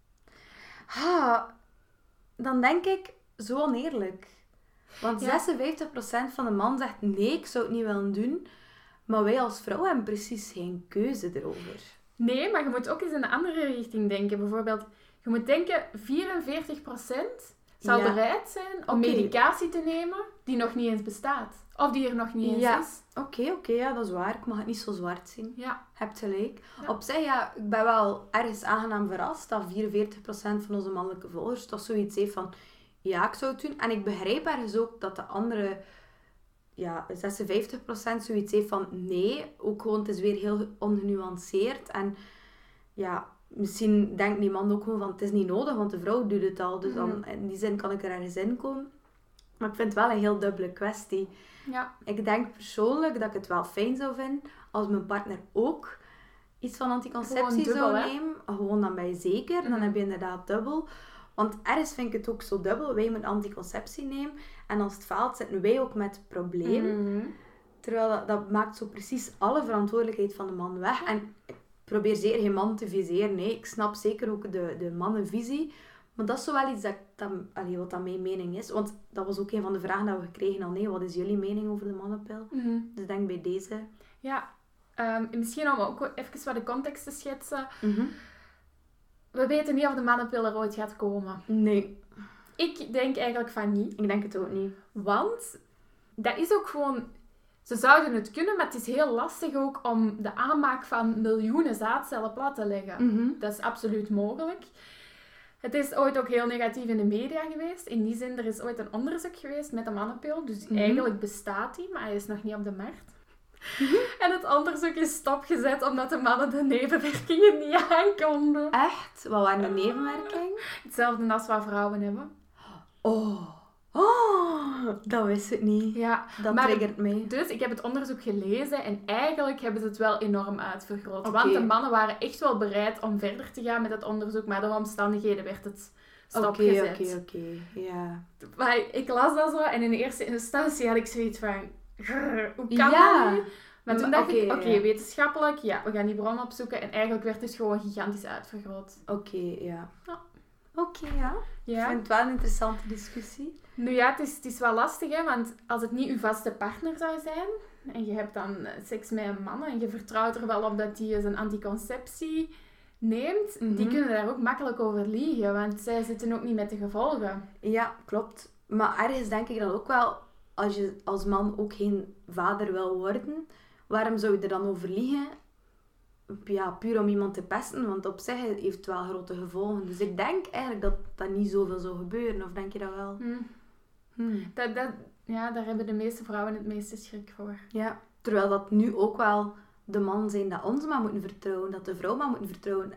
Ha, dan denk ik zo oneerlijk. Want Ja. zesenvijftig procent van de man zegt nee, ik zou het niet willen doen. Maar wij als vrouw hebben precies geen keuze erover. Nee, maar je moet ook eens in een andere richting denken. Bijvoorbeeld Je moet denken, vierenveertig procent zal Ja. bereid zijn om Oké. medicatie te nemen die nog niet eens bestaat. Of die er nog niet eens Ja. is. Oké, oké, ja, dat is waar. Ik mag het niet zo zwart zien. Ja. Hebt gelijk. Ja. Op zich, ja, ik ben wel ergens aangenaam verrast dat vierenveertig procent van onze mannelijke volgers toch zoiets heeft van, ja, ik zou het doen. En ik begrijp ergens ook dat de andere, ja, zesenvijftig procent zoiets heeft van, nee, ook gewoon, het is weer heel ongenuanceerd. En ja, misschien denkt die man ook gewoon van, het is niet nodig, want de vrouw doet het al. Dus dan, Mhm. in die zin kan ik er ergens in komen. Maar ik vind het wel een heel dubbele kwestie. Ja. Ik denk persoonlijk dat ik het wel fijn zou vinden als mijn partner ook iets van anticonceptie Gewoon dubbel, zou hè? nemen. Gewoon dan ben je zeker. Dan Mhm. heb je inderdaad dubbel. Want ergens vind ik het ook zo dubbel. Wij moeten anticonceptie nemen. En als het faalt, zitten wij ook met het probleem. Mhm. Terwijl dat, dat maakt zo precies alle verantwoordelijkheid van de man weg. En ik probeer zeer geen man te viseren. Nee, ik snap zeker ook de, de mannenvisie. Maar dat is zo wel iets dat, dat, allee, wat dat mijn mening is. Want dat was ook een van de vragen dat we gekregen al. Nee, wat is jullie mening over de mannenpil? Mhm. Dus ik denk bij deze. Ja. Ehm, misschien om ook even wat de context te schetsen. Mhm. We weten niet of de mannenpil er ooit gaat komen. Nee, Ik denk eigenlijk van niet. ik denk het ook niet. Want dat is ook gewoon... Ze zouden het kunnen, maar het is heel lastig ook om de aanmaak van miljoenen zaadcellen plat te leggen. Mhm. Dat is absoluut mogelijk. Het is ooit ook heel negatief in de media geweest. In die zin, er is ooit een onderzoek geweest met de mannenpil. Dus Mhm. eigenlijk bestaat die, maar hij is nog niet op de markt. En het onderzoek is stopgezet omdat de mannen de nevenwerkingen niet aankonden. Echt? Wat waren de nevenwerkingen? Hetzelfde als wat vrouwen hebben. Oh. Oh, dat wist ik niet. Ja, Dat maar triggert mij. dus ik heb het onderzoek gelezen en eigenlijk hebben ze het wel enorm uitvergroot. Oké. Want de mannen waren echt wel bereid om verder te gaan met het onderzoek, maar door omstandigheden werd het Oké, stopgezet. oké, oké. Ja. Maar ik las dat zo en in eerste instantie had ik zoiets van... grrr, hoe kan Ja. dat nu? Maar toen Maar dacht oké, ik, oké, ja. wetenschappelijk, ja, we gaan die bron opzoeken. En eigenlijk werd het gewoon gigantisch uitvergroot. Oké, ja. Ja. Oké, ja. Ik Ja. vind het wel een interessante discussie. Nu ja, het is, het is wel lastig, hè, want als het niet uw vaste partner zou zijn en je hebt dan eh, seks met een man en je vertrouwt er wel op dat hij zijn anticonceptie neemt, Mhm. die kunnen daar ook makkelijk over liegen, want zij zitten ook niet met de gevolgen. Ja, klopt. Maar ergens denk ik dan ook wel, als je als man ook geen vader wil worden, waarom zou je er dan over liegen? Ja, puur om iemand te pesten, want op zich heeft het wel grote gevolgen. Dus ik denk eigenlijk dat dat niet zoveel zou gebeuren, of denk je dat wel? Hm. Hmm. Dat, dat, ja, daar hebben de meeste vrouwen het meeste schrik voor. Ja, terwijl dat nu ook wel de man zijn dat ons maar moeten vertrouwen, dat de vrouw maar moeten vertrouwen.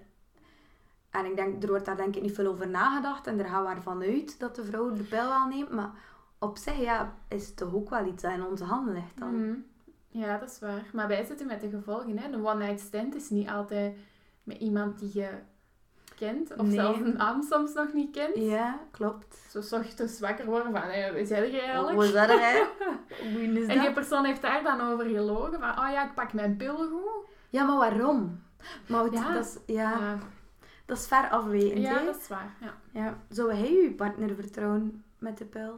En ik denk, er wordt daar denk ik niet veel over nagedacht en er gaan we ervan uit dat de vrouw de pil wel neemt, maar op zich ja, is het toch ook wel iets dat in onze handen ligt dan. Mhm. Ja, dat is waar. Maar wij zitten met de gevolgen. Hè. Een one-night stand is niet altijd met iemand die je kent. Of Nee. zelfs een naam soms nog niet kent. Ja, klopt. Zo 's ochtends wakker worden van, hé, wie zeg je eigenlijk? Hoe is dat, hè? Hoe is En die dat? persoon heeft daar dan over gelogen. Van, oh ja, ik pak mijn pil goed. Ja, maar waarom? Maar het- Ja. Dat, is, ja, Ja, dat is ver afwegend, ja hè? dat is waar. Ja. Ja. Zou hij je partner vertrouwen met de pil?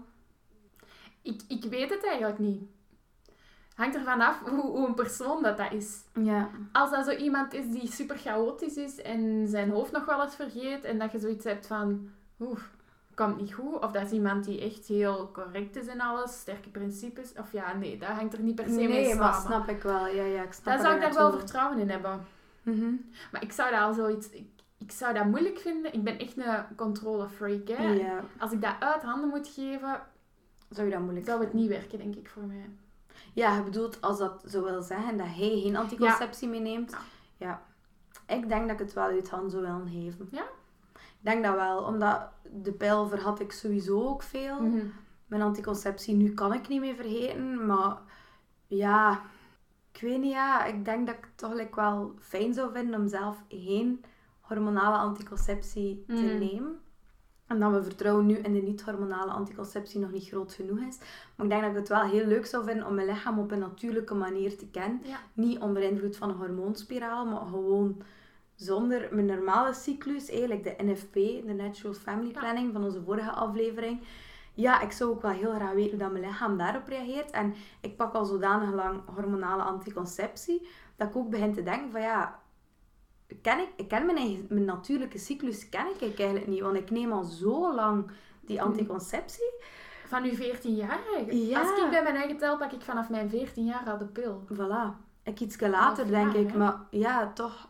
Ik, ik weet het eigenlijk niet. Hangt ervan af hoe, hoe een persoon dat, dat is. Ja. Als dat zo iemand is die super chaotisch is en zijn hoofd nog wel eens vergeet en dat je zoiets hebt van, oeh, komt niet goed. Of dat is iemand die echt heel correct is in alles, sterke principes. Of ja, nee, dat hangt er niet per se mee Nee, maar samen. snap ik wel. Ja, ja, ik snap Dan waar zou je ik daar wel naartoe vertrouwen in hebben. wil. Mhm. Maar ik zou dat al zoiets... Ik, ik zou dat moeilijk vinden. Ik ben echt een controlefreak, hè. Ja. Als ik dat uit handen moet geven, Zou je dat moeilijk zou het vinden? niet werken, denk ik, voor mij. Ja, je bedoelt als dat zo wil zeggen dat hij geen anticonceptie meeneemt. Ja. Ja. Ik denk dat ik het wel uit handen zou willen geven. Ja? Ik denk dat wel, omdat de pil verhad ik sowieso ook veel. Mhm. Mijn anticonceptie, nu kan ik niet meer vergeten, maar ja, ik weet niet, ja, ik denk dat ik het toch like wel fijn zou vinden om zelf geen hormonale anticonceptie te Mm. nemen. En dat mijn vertrouwen nu in de niet-hormonale anticonceptie nog niet groot genoeg is. Maar ik denk dat ik het wel heel leuk zou vinden om mijn lichaam op een natuurlijke manier te kennen. Ja. Niet onder invloed van een hormoonspiraal, maar gewoon zonder mijn normale cyclus, eigenlijk de N F P, de Natural Family Ja. Planning van onze vorige aflevering. Ja, ik zou ook wel heel graag weten hoe dat mijn lichaam daarop reageert. En ik pak al zodanig lang hormonale anticonceptie, dat ik ook begin te denken van ja, ken ik, ik ken mijn, eigen, mijn natuurlijke cyclus ken ik eigenlijk niet. Want ik neem al zo lang die anticonceptie. Van uw veertien jaar eigenlijk? Ja. Als ik bij mijn eigen tel pak ik vanaf mijn veertien jaar al de pil. Voilà. Ik iets later, Of denk jaar, ik. hè? Maar ja, toch...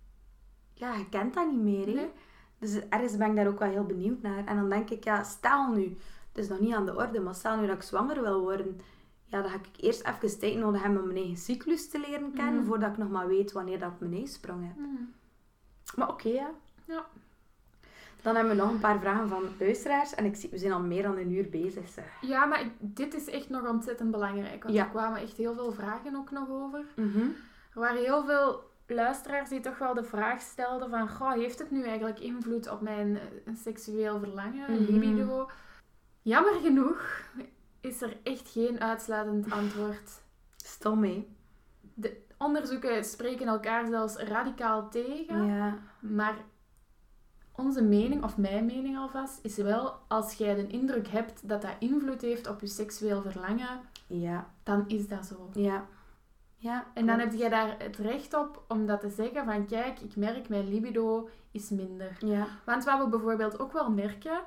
Ja, je kent dat niet meer, hè. Nee. Dus ergens ben ik daar ook wel heel benieuwd naar. En dan denk ik, ja, stel nu... Het is nog niet aan de orde, maar stel nu dat ik zwanger wil worden... Ja, dan ga ik eerst even tijd nodig hebben om mijn eigen cyclus te leren kennen, Mhm. voordat ik nog maar weet wanneer dat ik mijn ijsprong heb. Mm. Maar oké, ja. Ja. Dan hebben we nog een paar vragen van luisteraars. En ik zie, we zijn al meer dan een uur bezig. Zeg. Ja, maar ik- dit is echt nog ontzettend belangrijk. Want Ja. er kwamen echt heel veel vragen ook nog over. Mhm. Er waren heel veel luisteraars die toch wel de vraag stelden van... Goh, heeft het nu eigenlijk invloed op mijn eh, seksueel verlangen, Mhm. libido? Jammer genoeg is er echt geen uitsluitend antwoord. Stom, hè? De onderzoeken spreken elkaar zelfs radicaal tegen. Ja. Maar onze mening, of mijn mening alvast, is wel... Als jij de indruk hebt dat dat invloed heeft op je seksueel verlangen, Ja. dan is dat zo. Ja. Ja. En dan klopt. heb jij daar het recht op om dat te zeggen van... Kijk, ik merk mijn libido is minder. Ja. Want wat we bijvoorbeeld ook wel merken...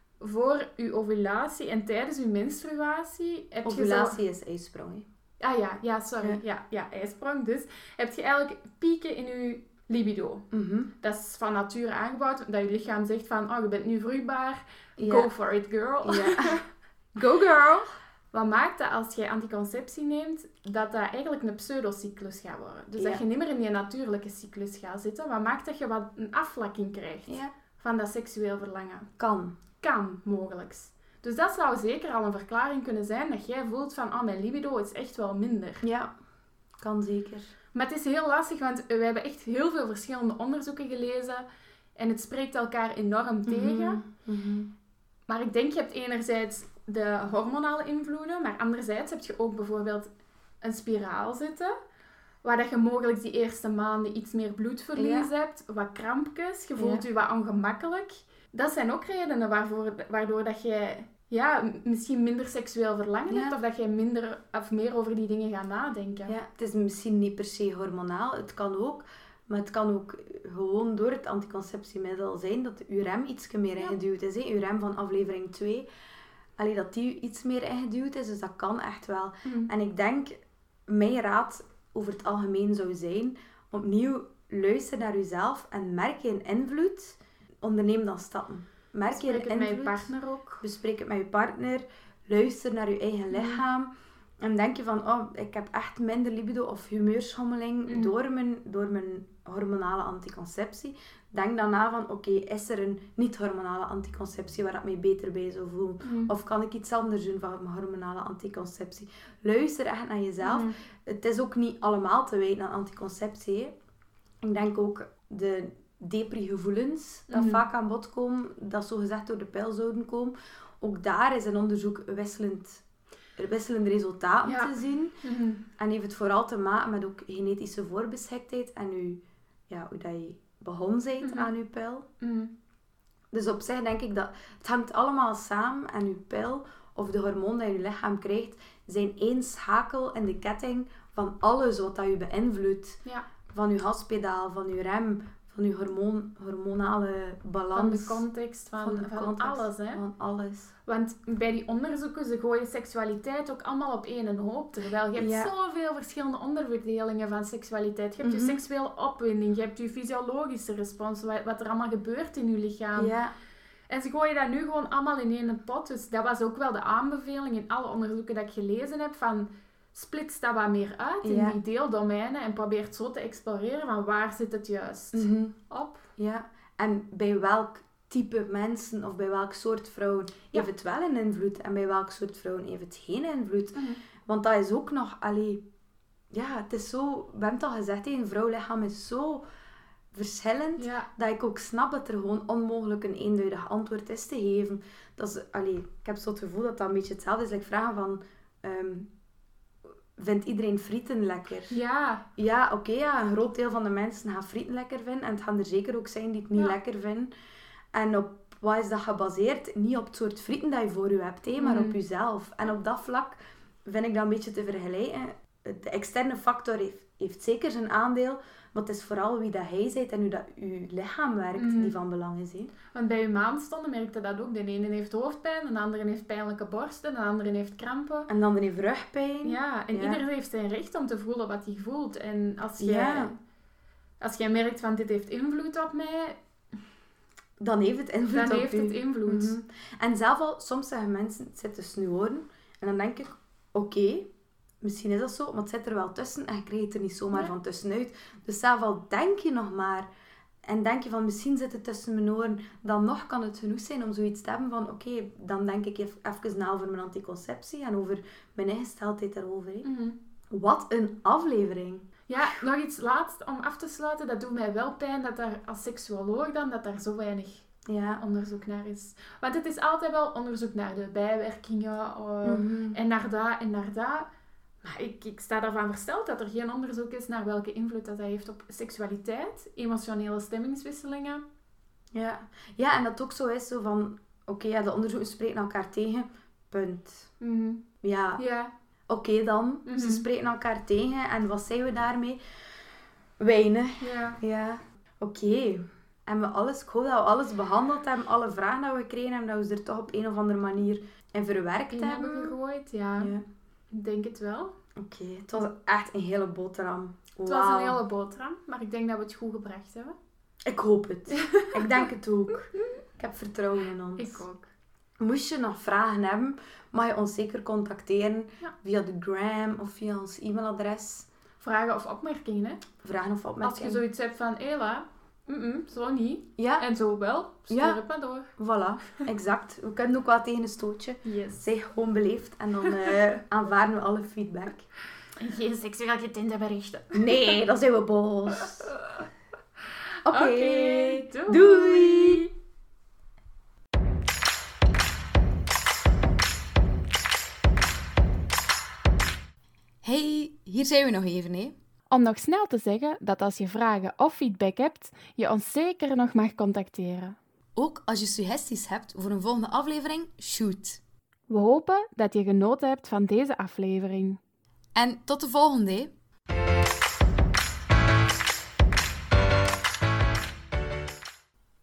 Voor uw ovulatie en tijdens uw menstruatie... Heb je zo... Ovulatie is ijsprong, hè? Ah ja, ja, sorry. Ja. Ja, ja, ijsprong dus. Heb je eigenlijk pieken in je libido. Mhm. Dat is van nature aangebouwd. Dat je lichaam zegt van... Oh, je bent nu vruchtbaar. Ja. Go for it, girl. Ja. Go, girl. Wat maakt dat als jij anticonceptie neemt, dat dat eigenlijk een pseudocyclus gaat worden? Dus Ja. dat je niet meer in je natuurlijke cyclus gaat zitten. Wat maakt dat je wat een afvlakking krijgt Ja. van dat seksueel verlangen? Kan. Kan, mogelijk. Dus dat zou zeker al een verklaring kunnen zijn dat jij voelt van, oh, mijn libido is echt wel minder. Ja. Kan zeker. Maar het is heel lastig, want we hebben echt heel veel verschillende onderzoeken gelezen en het spreekt elkaar enorm tegen. Mhm. Maar ik denk, je hebt enerzijds de hormonale invloeden, maar anderzijds heb je ook bijvoorbeeld een spiraal zitten, waar dat je mogelijk die eerste maanden iets meer bloedverlies Ja. hebt, wat krampjes, je voelt Ja. je wat ongemakkelijk. Dat zijn ook redenen waarvoor, waardoor dat jij ja, m- misschien minder seksueel verlangen Ja. hebt, of dat jij minder of meer over die dingen gaat nadenken. Ja, het is misschien niet per se hormonaal. Het kan ook, maar het kan ook gewoon door het anticonceptiemiddel zijn dat de U R E M iets meer Ja. ingeduwd is. Hè? U R E M van aflevering twee. Allee, dat die iets meer ingeduwd is, dus dat kan echt wel. Mm. En ik denk, mijn raad over het algemeen zou zijn, opnieuw luister naar jezelf en merk je een invloed, onderneem dan stappen. Merk je Spreek een het met je invloed, partner ook. bespreek het met je partner, luister naar je eigen lichaam. En denk je van, oh, ik heb echt minder libido of humeurschommeling Mm. door, mijn, door mijn hormonale anticonceptie. Denk dan na van, oké, is er een niet-hormonale anticonceptie waar ik mij beter bij zou voelen? Mm. Of kan ik iets anders doen van mijn hormonale anticonceptie? Luister echt naar jezelf. Mm. Het is ook niet allemaal te wijten aan anticonceptie. Hè. Ik denk ook de depri-gevoelens dat Mhm. vaak aan bod komen, dat zogezegd door de pil zouden komen. Ook daar is een onderzoek wisselend, wisselende resultaten Ja. te zien. Mhm. En heeft het vooral te maken met ook genetische voorbeschiktheid en uw, ja, hoe dat je begonnen bent Mhm. aan uw pil. Mm. Dus op zich denk ik dat het hangt allemaal samen en uw pil of de hormoon dat je lichaam krijgt, zijn één schakel in de ketting van alles wat dat je beïnvloedt. Ja. Van uw gaspedaal, van uw rem, van uw hormoon, hormonale balans. Van de context, van, van van, de context, alles. Hè? Van alles. Want bij die onderzoeken, ze gooien seksualiteit ook allemaal op één hoop. Terwijl je hebt Ja. zoveel verschillende onderverdelingen van seksualiteit. Je hebt Mhm. je seksuele opwinding, je hebt je fysiologische respons, wat, wat er allemaal gebeurt in je lichaam. Ja, En ze gooien dat nu gewoon allemaal in één pot. Dus dat was ook wel de aanbeveling in alle onderzoeken dat ik gelezen heb, van splits dat wat meer uit in Ja. die deeldomeinen en probeert zo te exploreren van waar zit het juist mhm. op. Ja. En bij welk type mensen of bij welk soort vrouwen Ja. heeft het wel een invloed en bij welk soort vrouwen heeft het geen invloed. Want dat is ook nog, allee, ja, het is zo, we hebben het al gezegd, hè, een vrouwlichaam is zo verschillend, Ja. dat ik ook snap dat er gewoon onmogelijk een eenduidig antwoord is te geven. Dat is, allee, ik heb zo het gevoel dat dat een beetje hetzelfde is, like vragen van, ehm, vindt iedereen frieten lekker? Ja. Ja, oké, ja, een groot deel van de mensen gaan frieten lekker vinden. En het gaan er zeker ook zijn die het niet Ja. lekker vinden. En op wat is dat gebaseerd? Niet op het soort frieten dat je voor je hebt, hé, maar Mhm. op jezelf. En op dat vlak vind ik dat een beetje te vergelijken. De externe factor heeft, heeft zeker zijn aandeel. Maar het is vooral wie dat hij bent en hoe dat je lichaam werkt Mhm. die van belang is. Hè. Want bij je maandstonden merkte dat ook. De ene heeft hoofdpijn, de andere heeft pijnlijke borsten, de andere heeft krampen. En dan heeft rugpijn. Ja, en Ja. iedereen heeft zijn recht om te voelen wat hij voelt. En als jij, Ja. als jij merkt van dit heeft invloed op mij, Dan heeft het invloed dan op heeft u. het invloed. Mhm. En zelf al, soms zeggen mensen, het zit tussen je oren. En dan denk ik, oké, misschien is dat zo, maar het zit er wel tussen en je krijgt het er niet zomaar Ja. van tussenuit. Dus zelf al denk je nog maar, en denk je van, misschien zit het tussen mijn oren, dan nog kan het genoeg zijn om zoiets te hebben van, oké, dan denk ik even, even na over mijn anticonceptie en over mijn ingesteldheid daarover. Hè. Mhm. Wat een aflevering. Ja, nog iets laatst om af te sluiten. Dat doet mij wel pijn dat daar als seksuoloog dan, dat daar zo weinig Ja. onderzoek naar is. Want het is altijd wel onderzoek naar de bijwerkingen uh, Mhm. en naar dat en naar dat. Maar ik, ik sta ervan versteld dat er geen onderzoek is naar welke invloed dat, dat heeft op seksualiteit, emotionele stemmingswisselingen. Ja. Ja, en dat ook zo is, zo van, oké, ja, de onderzoeken spreken elkaar tegen, punt. Mhm. Ja, Ja. oké dan. Mhm. Ze spreken elkaar tegen. En wat zijn we daarmee? Weinig. Ja. Ja. Oké. En we alles, ik hoop dat we alles behandeld hebben. Alle vragen die we gekregen hebben, dat we ze er toch op een of andere manier in verwerkt In hebben hebben. gegooid, ja. Ja. Ik denk het wel. Oké. Het was echt een hele boterham. Het was een Wauw. hele boterham, maar ik denk dat we het goed gebracht hebben. Ik hoop het. Ik denk het ook. Ik heb vertrouwen in ons. Ik ook. Moest je nog vragen hebben, mag je ons zeker contacteren Ja. via de gram of via ons e-mailadres. Vragen of opmerkingen, hè. Vragen of Als je opmerkingen. zoiets hebt van, Ela, mm-mm, zo niet. Ja, En zo wel, stuur Ja. het maar door. voilà. Exact. We kunnen ook wel tegen een stootje. Yes. Zeg gewoon beleefd en dan eh, aanvaarden we alle feedback. En geen seksueel getinte berichten. Nee, dan zijn we boos. Oké. Oké, doei. Doei. Hey, hier zijn we nog even, hè. Om nog snel te zeggen dat als je vragen of feedback hebt, je ons zeker nog mag contacteren. Ook als je suggesties hebt voor een volgende aflevering, shoot. We hopen dat je genoten hebt van deze aflevering. En tot de volgende.